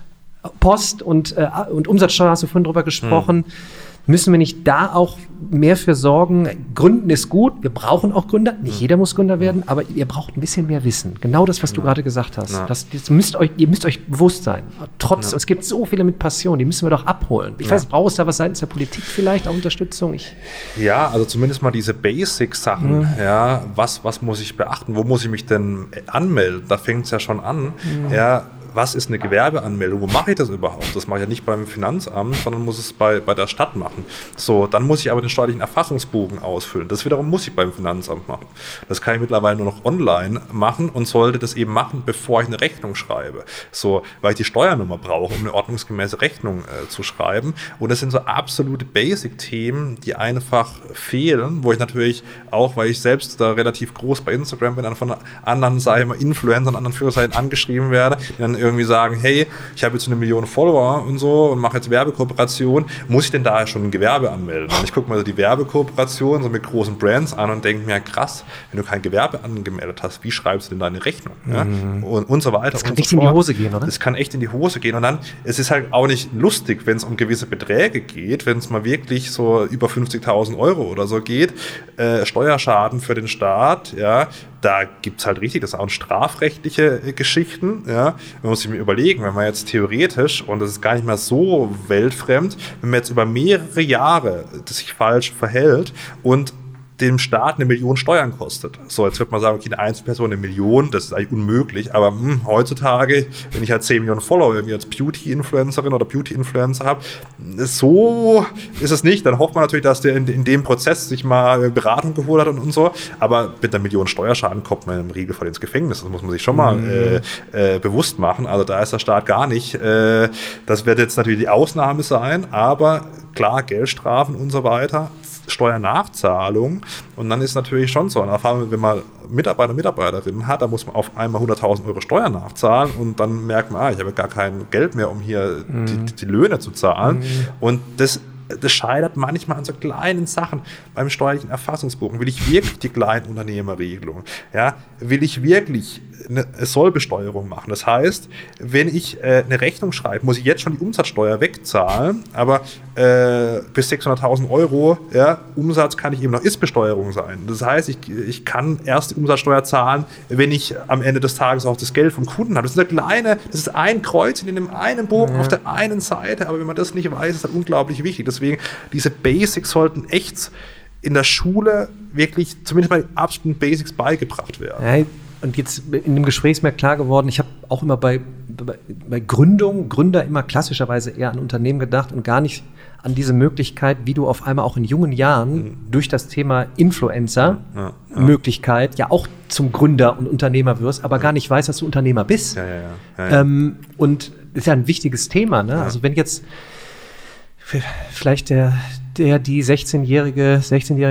Post und Umsatzsteuer, hast du vorhin drüber gesprochen. Müssen wir nicht da auch mehr für sorgen? Gründen ist gut, wir brauchen auch Gründer. Nicht jeder muss Gründer werden, aber ihr braucht ein bisschen mehr Wissen. Genau das, was du gerade gesagt hast. Ja. Ihr müsst euch bewusst sein. Es gibt so viele mit Passion, die müssen wir doch abholen. Ich weiß, brauchst du da was seitens der Politik vielleicht, auch Unterstützung? Ja, also zumindest mal diese Basic-Sachen. Ja, was muss ich beachten? Wo muss ich mich denn anmelden? Da fängt es ja schon an. Ja, was ist eine Gewerbeanmeldung? Wo mache ich das überhaupt? Das mache ich ja nicht beim Finanzamt, sondern muss es bei der Stadt machen. So, dann muss ich aber den steuerlichen Erfassungsbogen ausfüllen. Das wiederum muss ich beim Finanzamt machen. Das kann ich mittlerweile nur noch online machen und sollte das eben machen, bevor ich eine Rechnung schreibe. So, weil ich die Steuernummer brauche, um eine ordnungsgemäße Rechnung zu schreiben. Und das sind so absolute Basic-Themen, die einfach fehlen, wo ich natürlich auch, weil ich selbst da relativ groß bei Instagram bin, dann von anderen, sage ich mal, Influencern, anderen Führerseiten angeschrieben werde, die dann irgendwie sagen, hey, ich habe jetzt 1 Million Follower und so und mache jetzt Werbekooperation, muss ich denn da schon ein Gewerbe anmelden? Und ich gucke mir so die Werbekooperation so mit großen Brands an und denke mir, krass, wenn du kein Gewerbe angemeldet hast, wie schreibst du denn deine Rechnung? Ja? Und so weiter. Das kann echt in die Hose gehen, oder? Das kann echt in die Hose gehen. Und dann, es ist halt auch nicht lustig, wenn es um gewisse Beträge geht, wenn es mal wirklich so über 50.000 Euro oder so geht, Steuerschaden für den Staat, ja, da gibt es halt richtig, das sind auch strafrechtliche Geschichten. Ja. Man muss sich mal überlegen, wenn man jetzt theoretisch, und das ist gar nicht mehr so weltfremd, wenn man jetzt über mehrere Jahre das sich falsch verhält und dem Staat 1 Million Steuern kostet. So, jetzt wird man sagen, okay, eine Einzelperson 1 Million, das ist eigentlich unmöglich, aber heutzutage, wenn ich halt 10 Millionen Follower irgendwie als Beauty-Influencerin oder Beauty-Influencer habe, so ist es nicht. Dann hofft man natürlich, dass der in dem Prozess sich mal Beratung geholt hat und so, aber mit 1 Million Steuerschaden kommt man im Regelfall ins Gefängnis. Das muss man sich schon mal bewusst machen. Also da ist der Staat gar nicht. Das wird jetzt natürlich die Ausnahme sein, aber klar, Geldstrafen und so weiter, Steuernachzahlung. Und dann ist natürlich schon so, wenn man Mitarbeiterinnen hat, da muss man auf einmal 100.000 Euro Steuern nachzahlen und dann merkt man, ich habe gar kein Geld mehr, um hier die Löhne zu zahlen. Und das scheitert manchmal an so kleinen Sachen beim steuerlichen Erfassungsbogen. Will ich wirklich die Kleinunternehmerregelung? Ja? Will ich wirklich eine Sollbesteuerung machen? Das heißt, wenn ich eine Rechnung schreibe, muss ich jetzt schon die Umsatzsteuer wegzahlen, aber bis 600.000 Euro Umsatz kann ich eben noch Ist-Besteuerung sein. Das heißt, ich kann erst die Umsatzsteuer zahlen, wenn ich am Ende des Tages auch das Geld vom Kunden habe. Das ist ein Kreuz in dem einen Bogen auf der einen Seite, aber wenn man das nicht weiß, ist das unglaublich wichtig. Deswegen, diese Basics sollten echt in der Schule wirklich zumindest bei den absoluten Basics beigebracht werden. Ja, und jetzt in dem Gespräch ist mir klar geworden, ich habe auch immer bei Gründer immer klassischerweise eher an Unternehmen gedacht und gar nicht an diese Möglichkeit, wie du auf einmal auch in jungen Jahren durch das Thema Influencer-Möglichkeit ja auch zum Gründer und Unternehmer wirst, aber gar nicht weißt, dass du Unternehmer bist. Und das ist ja ein wichtiges Thema. Ne? Also wenn jetzt vielleicht die 16-Jähriger,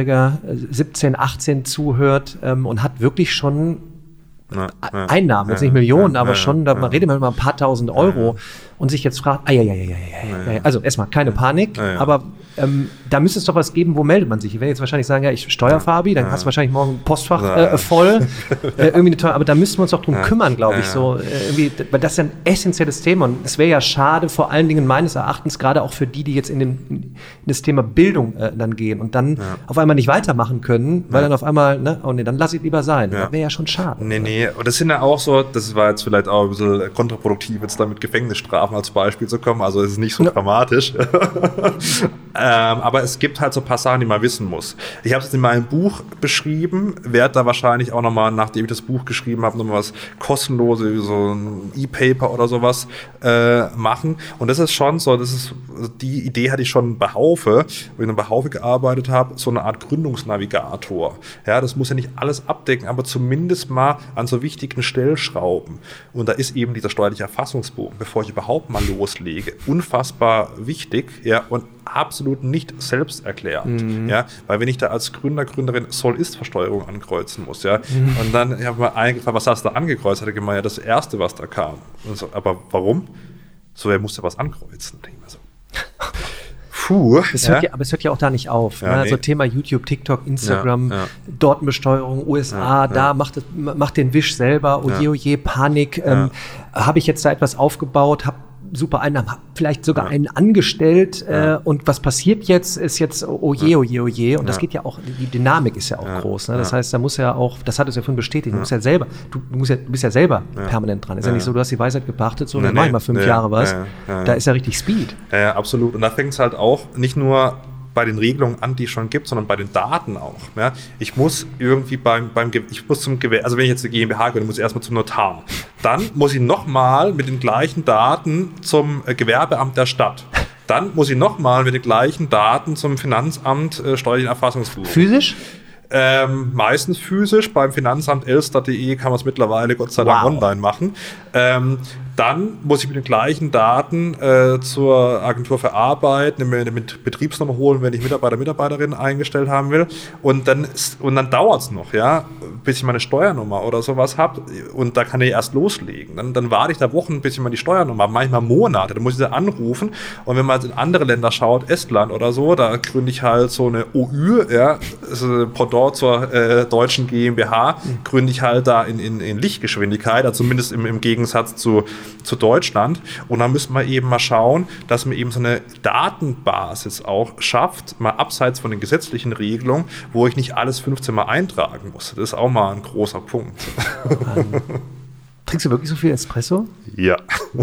17, 18 zuhört und hat wirklich schon Einnahmen, jetzt nicht Millionen, aber schon, da redet man über ein paar tausend Euro und sich jetzt fragt, also erstmal keine Panik, aber da müsste es doch was geben, wo meldet man sich? Ich werde jetzt wahrscheinlich sagen, ich Steuerfabi, dann hast du wahrscheinlich morgen ein Postfach voll, irgendwie eine tolle, aber da müssten wir uns doch drum kümmern, glaube ich, so irgendwie, weil das ist ja ein essentielles Thema und es wäre ja schade, vor allen Dingen meines Erachtens, gerade auch für die jetzt in das Thema Bildung dann gehen und dann auf einmal nicht weitermachen können, weil dann auf einmal, dann lass ich lieber sein. Das wäre ja schon schade. Nee, und das sind ja auch so, das war jetzt vielleicht auch ein bisschen kontraproduktiv, jetzt da mit Gefängnisstrafen als Beispiel zu kommen, also es ist nicht so dramatisch. Aber es gibt halt so ein paar Sachen, die man wissen muss. Ich habe es in meinem Buch beschrieben, werde da wahrscheinlich auch nochmal, nachdem ich das Buch geschrieben habe, nochmal was Kostenloses, wie so ein E-Paper oder sowas machen. Und das ist schon so, die Idee hatte ich schon bei Haufe, wo ich dann bei Haufe gearbeitet habe, so eine Art Gründungsnavigator. Ja, das muss ja nicht alles abdecken, aber zumindest mal an so wichtigen Stellschrauben. Und da ist eben dieser steuerliche Erfassungsbogen, bevor ich überhaupt überhaupt mal loslege, unfassbar wichtig, ja, und absolut nicht selbsterklärend, ja, weil wenn ich da als Gründerin Soll-Ist-Versteuerung ankreuzen muss, ja, und dann habe ich mal eingefragt, was hast du da angekreuzt? Hat er gemeint, ja, das Erste, was da kam. Und so, aber warum? So, er musste was ankreuzen. Denke ich mir so. Puh, aber es hört ja auch da nicht auf. Ja, ne? Also Thema YouTube, TikTok, Instagram, Datenbesteuerung, USA, da macht den Wisch selber, oje, Panik. Habe ich jetzt da etwas aufgebaut, habe super Einnahmen, habe vielleicht sogar einen angestellt und was passiert jetzt, ist jetzt oje. Und das geht ja auch, die Dynamik ist ja auch groß. Ne? Das heißt, da muss ja auch, das hat es ja vorhin bestätigt, du musst ja selber, du bist ja selber permanent dran. Ist ja nicht so, du hast die Weisheit gepachtet, so, dann mach ich mal 5 Jahre was. Da ist ja richtig Speed. Ja, absolut. Und da fängt es halt auch nicht nur bei den Regelungen an, die es schon gibt, sondern bei den Daten auch. Ja? Ich muss irgendwie ich muss zum Gewerbe, also wenn ich jetzt eine GmbH gehe, muss ich erstmal zum Notar. Dann muss ich nochmal mit den gleichen Daten zum Gewerbeamt der Stadt. Dann muss ich nochmal mit den gleichen Daten zum Finanzamt steuerlichen Erfassungsbuch. Physisch? Meistens physisch. Beim Finanzamt elster.de kann man es mittlerweile Gott sei Dank online machen. Dann muss ich mit den gleichen Daten zur Agentur für Arbeit eine Betriebsnummer holen, wenn ich Mitarbeiterin eingestellt haben will. Und dann dauert es noch, ja, bis ich meine Steuernummer oder sowas habe. Und da kann ich erst loslegen. Dann warte ich da Wochen, bis ich mal die Steuernummer habe, manchmal Monate. Dann muss ich da anrufen. Und wenn man jetzt in andere Länder schaut, Estland oder so, da gründe ich halt so eine OÜ, ja, also Pendant zur deutschen GmbH, gründe ich halt da in Lichtgeschwindigkeit, also zumindest im Gegensatz zu Deutschland. Und dann müssen wir eben mal schauen, dass man eben so eine Datenbasis auch schafft, mal abseits von den gesetzlichen Regelungen, wo ich nicht alles 15 Mal eintragen muss. Das ist auch mal ein großer Punkt. Trinkst du wirklich so viel Espresso? Ja.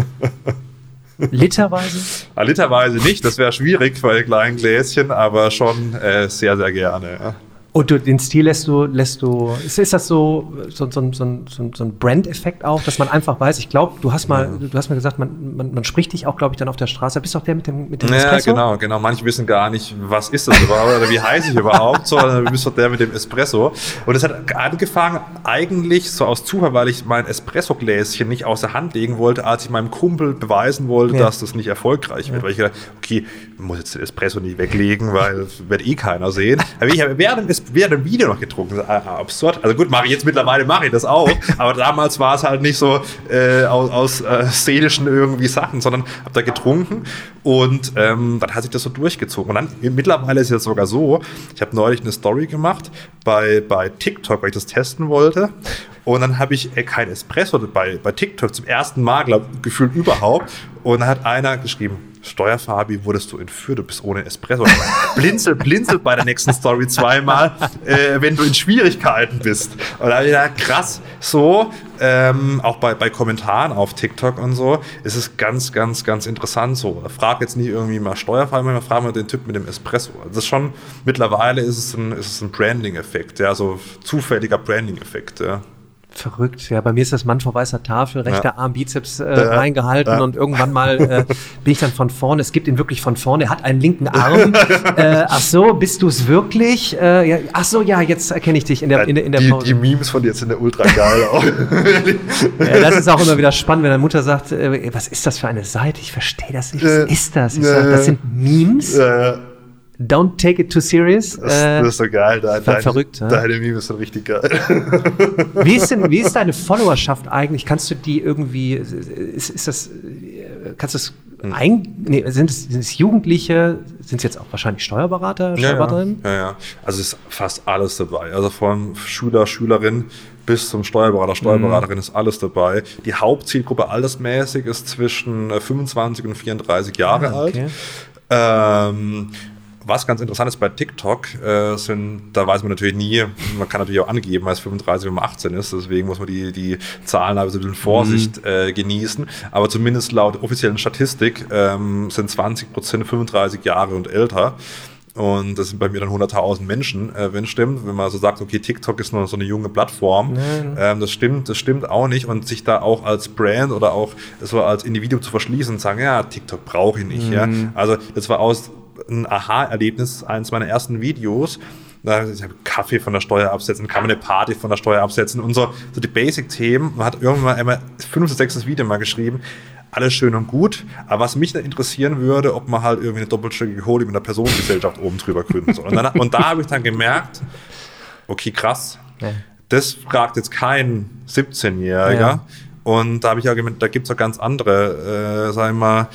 Literweise? Literweise nicht, das wäre schwierig bei kleinen Gläschen, aber schon sehr, sehr gerne. Ja. Und den Stil lässt du, ist das so ein Brand-Effekt auch, dass man einfach weiß, ich glaube, du hast mal gesagt, man spricht dich auch, glaube ich, dann auf der Straße. Bist du auch der mit dem Espresso? Ja, genau. Manche wissen gar nicht, was ist das überhaupt oder wie heiße ich überhaupt, sondern du bist doch der mit dem Espresso. Und es hat angefangen eigentlich so aus Zufall, weil ich mein Espresso-Gläschen nicht aus der Hand legen wollte, als ich meinem Kumpel beweisen wollte, dass das nicht erfolgreich wird. Weil ich gedacht, okay, ich muss jetzt den Espresso nicht weglegen, weil das wird keiner sehen. Aber ich habe während dem Video noch getrunken. Absurd. Also gut, mittlerweile mache ich das auch, aber damals war es halt nicht so aus szenischen irgendwie Sachen, sondern habe da getrunken und dann hat sich das so durchgezogen. Und dann, mittlerweile ist es jetzt sogar so, ich habe neulich eine Story gemacht bei TikTok, weil ich das testen wollte. Und dann habe ich kein Espresso bei TikTok zum ersten Mal, gefühlt überhaupt. Und dann hat einer geschrieben, Steuerfabi, wurdest du entführt, du bist ohne Espresso. Blinzel bei der nächsten Story zweimal, wenn du in Schwierigkeiten bist. Und da habe ich gedacht, krass, so, auch bei Kommentaren auf TikTok und so, ist es ganz, ganz, ganz interessant so. Da frag jetzt nicht irgendwie mal Steuerfabi, man fragt mal den Typ mit dem Espresso. Also das ist schon, mittlerweile ist es ein Branding-Effekt, ja, so zufälliger Branding-Effekt, ja. Verrückt, ja. Bei mir ist das Mann vor weißer Tafel, rechter Arm, Bizeps reingehalten und irgendwann mal bin ich dann von vorne. Es gibt ihn wirklich von vorne. Er hat einen linken Arm. Ach so, bist du es wirklich? Ja, ach so, ja, jetzt erkenne ich dich in der Pause. Die Memes von dir sind ja ultra geil auch. Ja, das ist auch immer wieder spannend, wenn deine Mutter sagt, was ist das für eine Seite? Ich verstehe das nicht. Was ist das? Ich sage, das sind Memes. Don't take it too serious. Das ist so geil. Verrückt. Deine Memes sind richtig geil. Wie ist deine Followerschaft eigentlich? Kannst du die irgendwie, sind es Jugendliche? Sind es jetzt auch wahrscheinlich Steuerberaterinnen? Ja. Also es ist fast alles dabei. Also von Schüler, Schülerin bis zum Steuerberaterin ist alles dabei. Die Hauptzielgruppe altersmäßig ist zwischen 25 und 34 Jahre alt. Was ganz interessant ist bei TikTok, da weiß man natürlich nie, man kann natürlich auch angeben, als 35, wenn man 18 ist, deswegen muss man die Zahlen ein bisschen Vorsicht genießen, aber zumindest laut offiziellen Statistik sind 20% 35 Jahre und älter. Und das sind bei mir dann 100.000 Menschen, wenn es stimmt. Wenn man so sagt, okay, TikTok ist nur so eine junge Plattform, das stimmt auch nicht. Und sich da auch als Brand oder auch so als Individuum zu verschließen und sagen, ja, TikTok brauche ich nicht. Ja. Also das war ein Aha-Erlebnis, eines meiner ersten Videos. Ich habe Kaffee von der Steuer absetzen, kann man eine Party von der Steuer absetzen und so die Basic-Themen. Man hat irgendwann einmal 5. oder 6. Video mal geschrieben, alles schön und gut, aber was mich dann interessieren würde, ob man halt irgendwie eine doppelstöckige Holding mit einer Personengesellschaft oben drüber gründen soll. Und da habe ich dann gemerkt, okay, krass, das fragt jetzt kein 17-Jähriger. Ja. Und da habe ich auch gemerkt, da gibt es auch ganz andere sagen wir,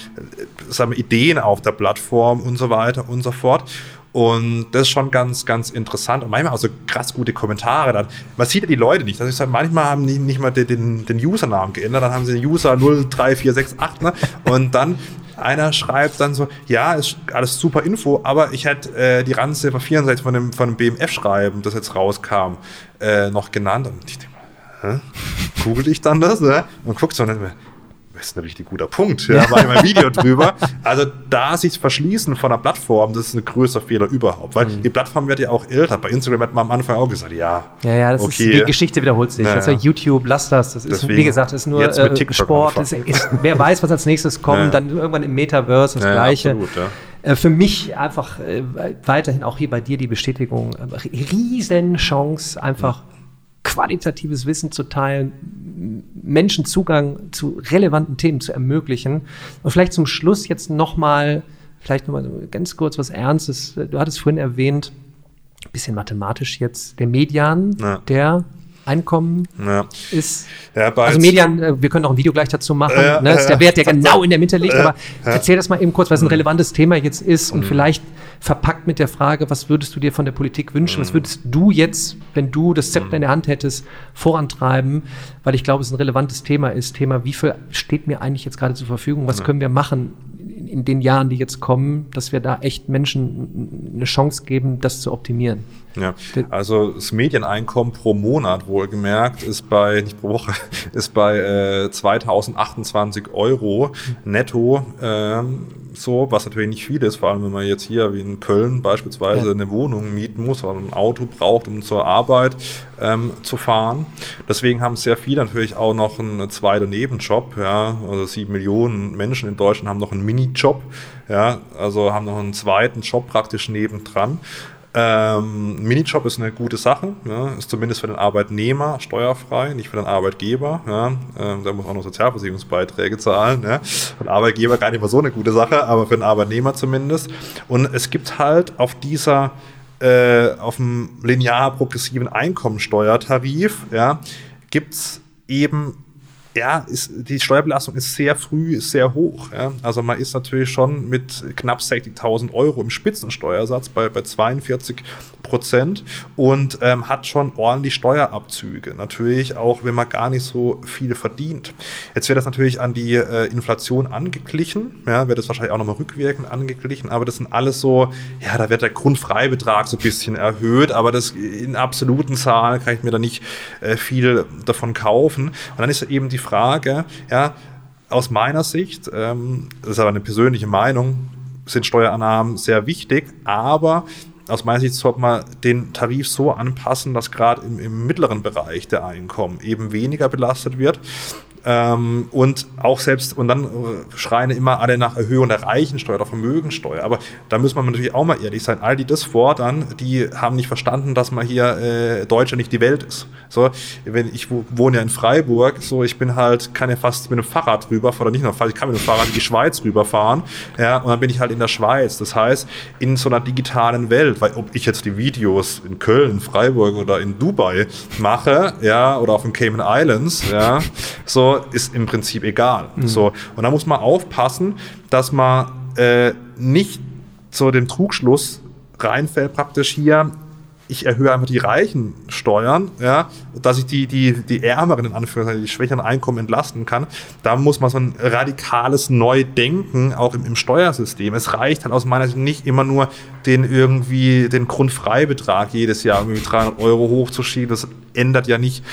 Ideen auf der Plattform und so weiter und so fort. Und das ist schon ganz, ganz interessant. Und manchmal auch so krass gute Kommentare. Dann, man sieht ja die Leute nicht. Das ist halt, manchmal haben die nicht mal den Usernamen geändert. Dann haben sie den User 03468. Ne? Und dann einer schreibt dann so, ja, ist alles super Info, aber ich hätte die Randziffer 64 von dem BMF-Schreiben, das jetzt rauskam, noch genannt. Und ich denke mal, google ich dann das? Ne? Und guckst so und dann das ist ein richtig guter Punkt. Ja, war immer ein Video drüber. Also da sich verschließen von der Plattform, das ist ein größer Fehler überhaupt. Weil die Plattform wird ja auch älter. Bei Instagram hat man am Anfang auch gesagt, das okay. Ist, die Geschichte wiederholt sich. Also YouTube, lass das. Das ist, wie gesagt, das ist nur Sport. Wer weiß, was als nächstes kommt, dann irgendwann im Metaverse das Gleiche. Absolut, für mich einfach weiterhin auch hier bei dir die Bestätigung, Riesenchance, einfach qualitatives Wissen zu teilen, Menschen Zugang zu relevanten Themen zu ermöglichen. Und vielleicht zum Schluss jetzt nochmal ganz kurz was Ernstes. Du hattest vorhin erwähnt, ein bisschen mathematisch jetzt, der Median, der Einkommen ist, also Median, wir können auch ein Video gleich dazu machen, ist der Wert, der genau in der Mitte liegt, aber erzähl das mal eben kurz, weil es ein relevantes Thema jetzt ist und vielleicht verpackt mit der Frage, was würdest du dir von der Politik wünschen, was würdest du jetzt, wenn du das Zepter in der Hand hättest, vorantreiben, weil ich glaube, es ein relevantes Thema ist, wie viel steht mir eigentlich jetzt gerade zur Verfügung, was können wir machen in den Jahren, die jetzt kommen, dass wir da echt Menschen eine Chance geben, das zu optimieren. Ja, also das Medieneinkommen pro Monat, wohlgemerkt, ist nicht pro Woche, ist bei 2028 Euro netto, was natürlich nicht viel ist, vor allem wenn man jetzt hier wie in Köln beispielsweise eine Wohnung mieten muss oder ein Auto braucht, um zur Arbeit zu fahren. Deswegen haben sehr viele natürlich auch noch einen zweiten Nebenjob, also 7 Millionen Menschen in Deutschland haben noch einen Minijob, also haben noch einen zweiten Job praktisch nebendran. Minijob ist eine gute Sache, ist zumindest für den Arbeitnehmer steuerfrei, nicht für den Arbeitgeber. Der muss auch noch Sozialversicherungsbeiträge zahlen. Für den Arbeitgeber gar nicht mehr so eine gute Sache, aber für den Arbeitnehmer zumindest. Und es gibt halt auf dem linear progressiven Einkommensteuertarif, gibt es eben die Steuerbelastung ist sehr früh, ist sehr hoch. Ja? Also man ist natürlich schon mit knapp 60.000 Euro im Spitzensteuersatz bei 42% und hat schon ordentlich Steuerabzüge. Natürlich auch, wenn man gar nicht so viel verdient. Jetzt wird das natürlich an die Inflation angeglichen, wird das wahrscheinlich auch nochmal rückwirkend angeglichen, aber das sind alles so, da wird der Grundfreibetrag so ein bisschen erhöht, aber das in absoluten Zahlen kann ich mir da nicht viel davon kaufen. Und dann ist eben die Frage, aus meiner Sicht, das ist aber eine persönliche Meinung, sind Steuerannahmen sehr wichtig, aber aus meiner Sicht sollte man den Tarif so anpassen, dass gerade im mittleren Bereich der Einkommen eben weniger belastet wird. Und dann schreien immer alle nach Erhöhung der Reichensteuer oder Vermögensteuer. Aber da muss man natürlich auch mal ehrlich sein. All die das fordern, die haben nicht verstanden, dass man hier Deutschland nicht die Welt ist. So, ich wohne ja in Freiburg, kann ja fast mit dem Fahrrad rüberfahren, oder nicht nur ich kann mit dem Fahrrad in die Schweiz rüberfahren, und dann bin ich halt in der Schweiz. Das heißt, in so einer digitalen Welt, weil ob ich jetzt die Videos in Köln, Freiburg oder in Dubai mache, oder auf den Cayman Islands, ist im Prinzip egal. So, und da muss man aufpassen, dass man nicht zu dem Trugschluss reinfällt, praktisch hier, ich erhöhe einfach die reichen Steuern, dass ich die ärmeren, in Anführungszeichen, die schwächeren Einkommen entlasten kann. Da muss man so ein radikales Neudenken auch im Steuersystem. Es reicht halt aus meiner Sicht nicht immer nur, den Grundfreibetrag jedes Jahr irgendwie 300 Euro hochzuschieben. Das ändert ja nicht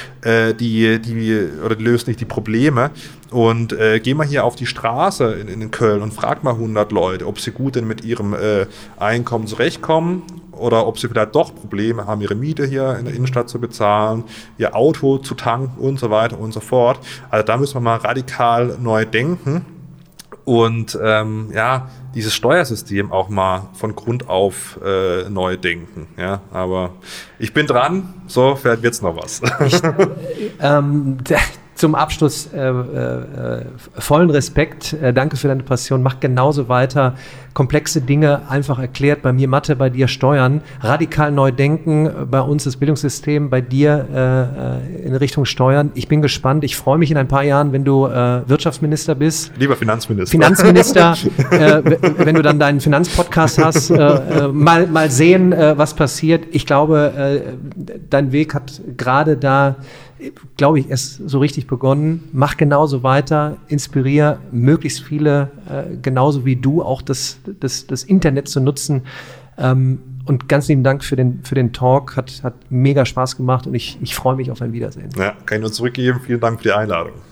oder löst nicht die Probleme. Und geh mal hier auf die Straße in Köln und frag mal 100 Leute, ob sie gut denn mit ihrem Einkommen zurechtkommen oder ob sie vielleicht doch Probleme haben, ihre Miete hier in der Innenstadt zu bezahlen, ihr Auto zu tanken und so weiter und so fort. Also da müssen wir mal radikal neu denken und dieses Steuersystem auch mal von Grund auf neu denken. Aber ich bin dran, so vielleicht wird's noch was. zum Abschluss vollen Respekt. Danke für deine Passion. Mach genauso weiter. Komplexe Dinge einfach erklärt. Bei mir Mathe, bei dir Steuern. Radikal neu denken. Bei uns das Bildungssystem, bei dir in Richtung Steuern. Ich bin gespannt. Ich freue mich in ein paar Jahren, wenn du Wirtschaftsminister bist. Lieber Finanzminister. Wenn du dann deinen Finanzpodcast hast. Mal sehen, was passiert. Ich glaube, dein Weg hat gerade da, glaube ich, erst so richtig begonnen. Mach genauso weiter, inspiriere möglichst viele, genauso wie du, auch das Internet zu nutzen. Und ganz lieben Dank für den Talk. Hat mega Spaß gemacht und ich freue mich auf ein Wiedersehen. Ja, kann ich nur zurückgeben. Vielen Dank für die Einladung.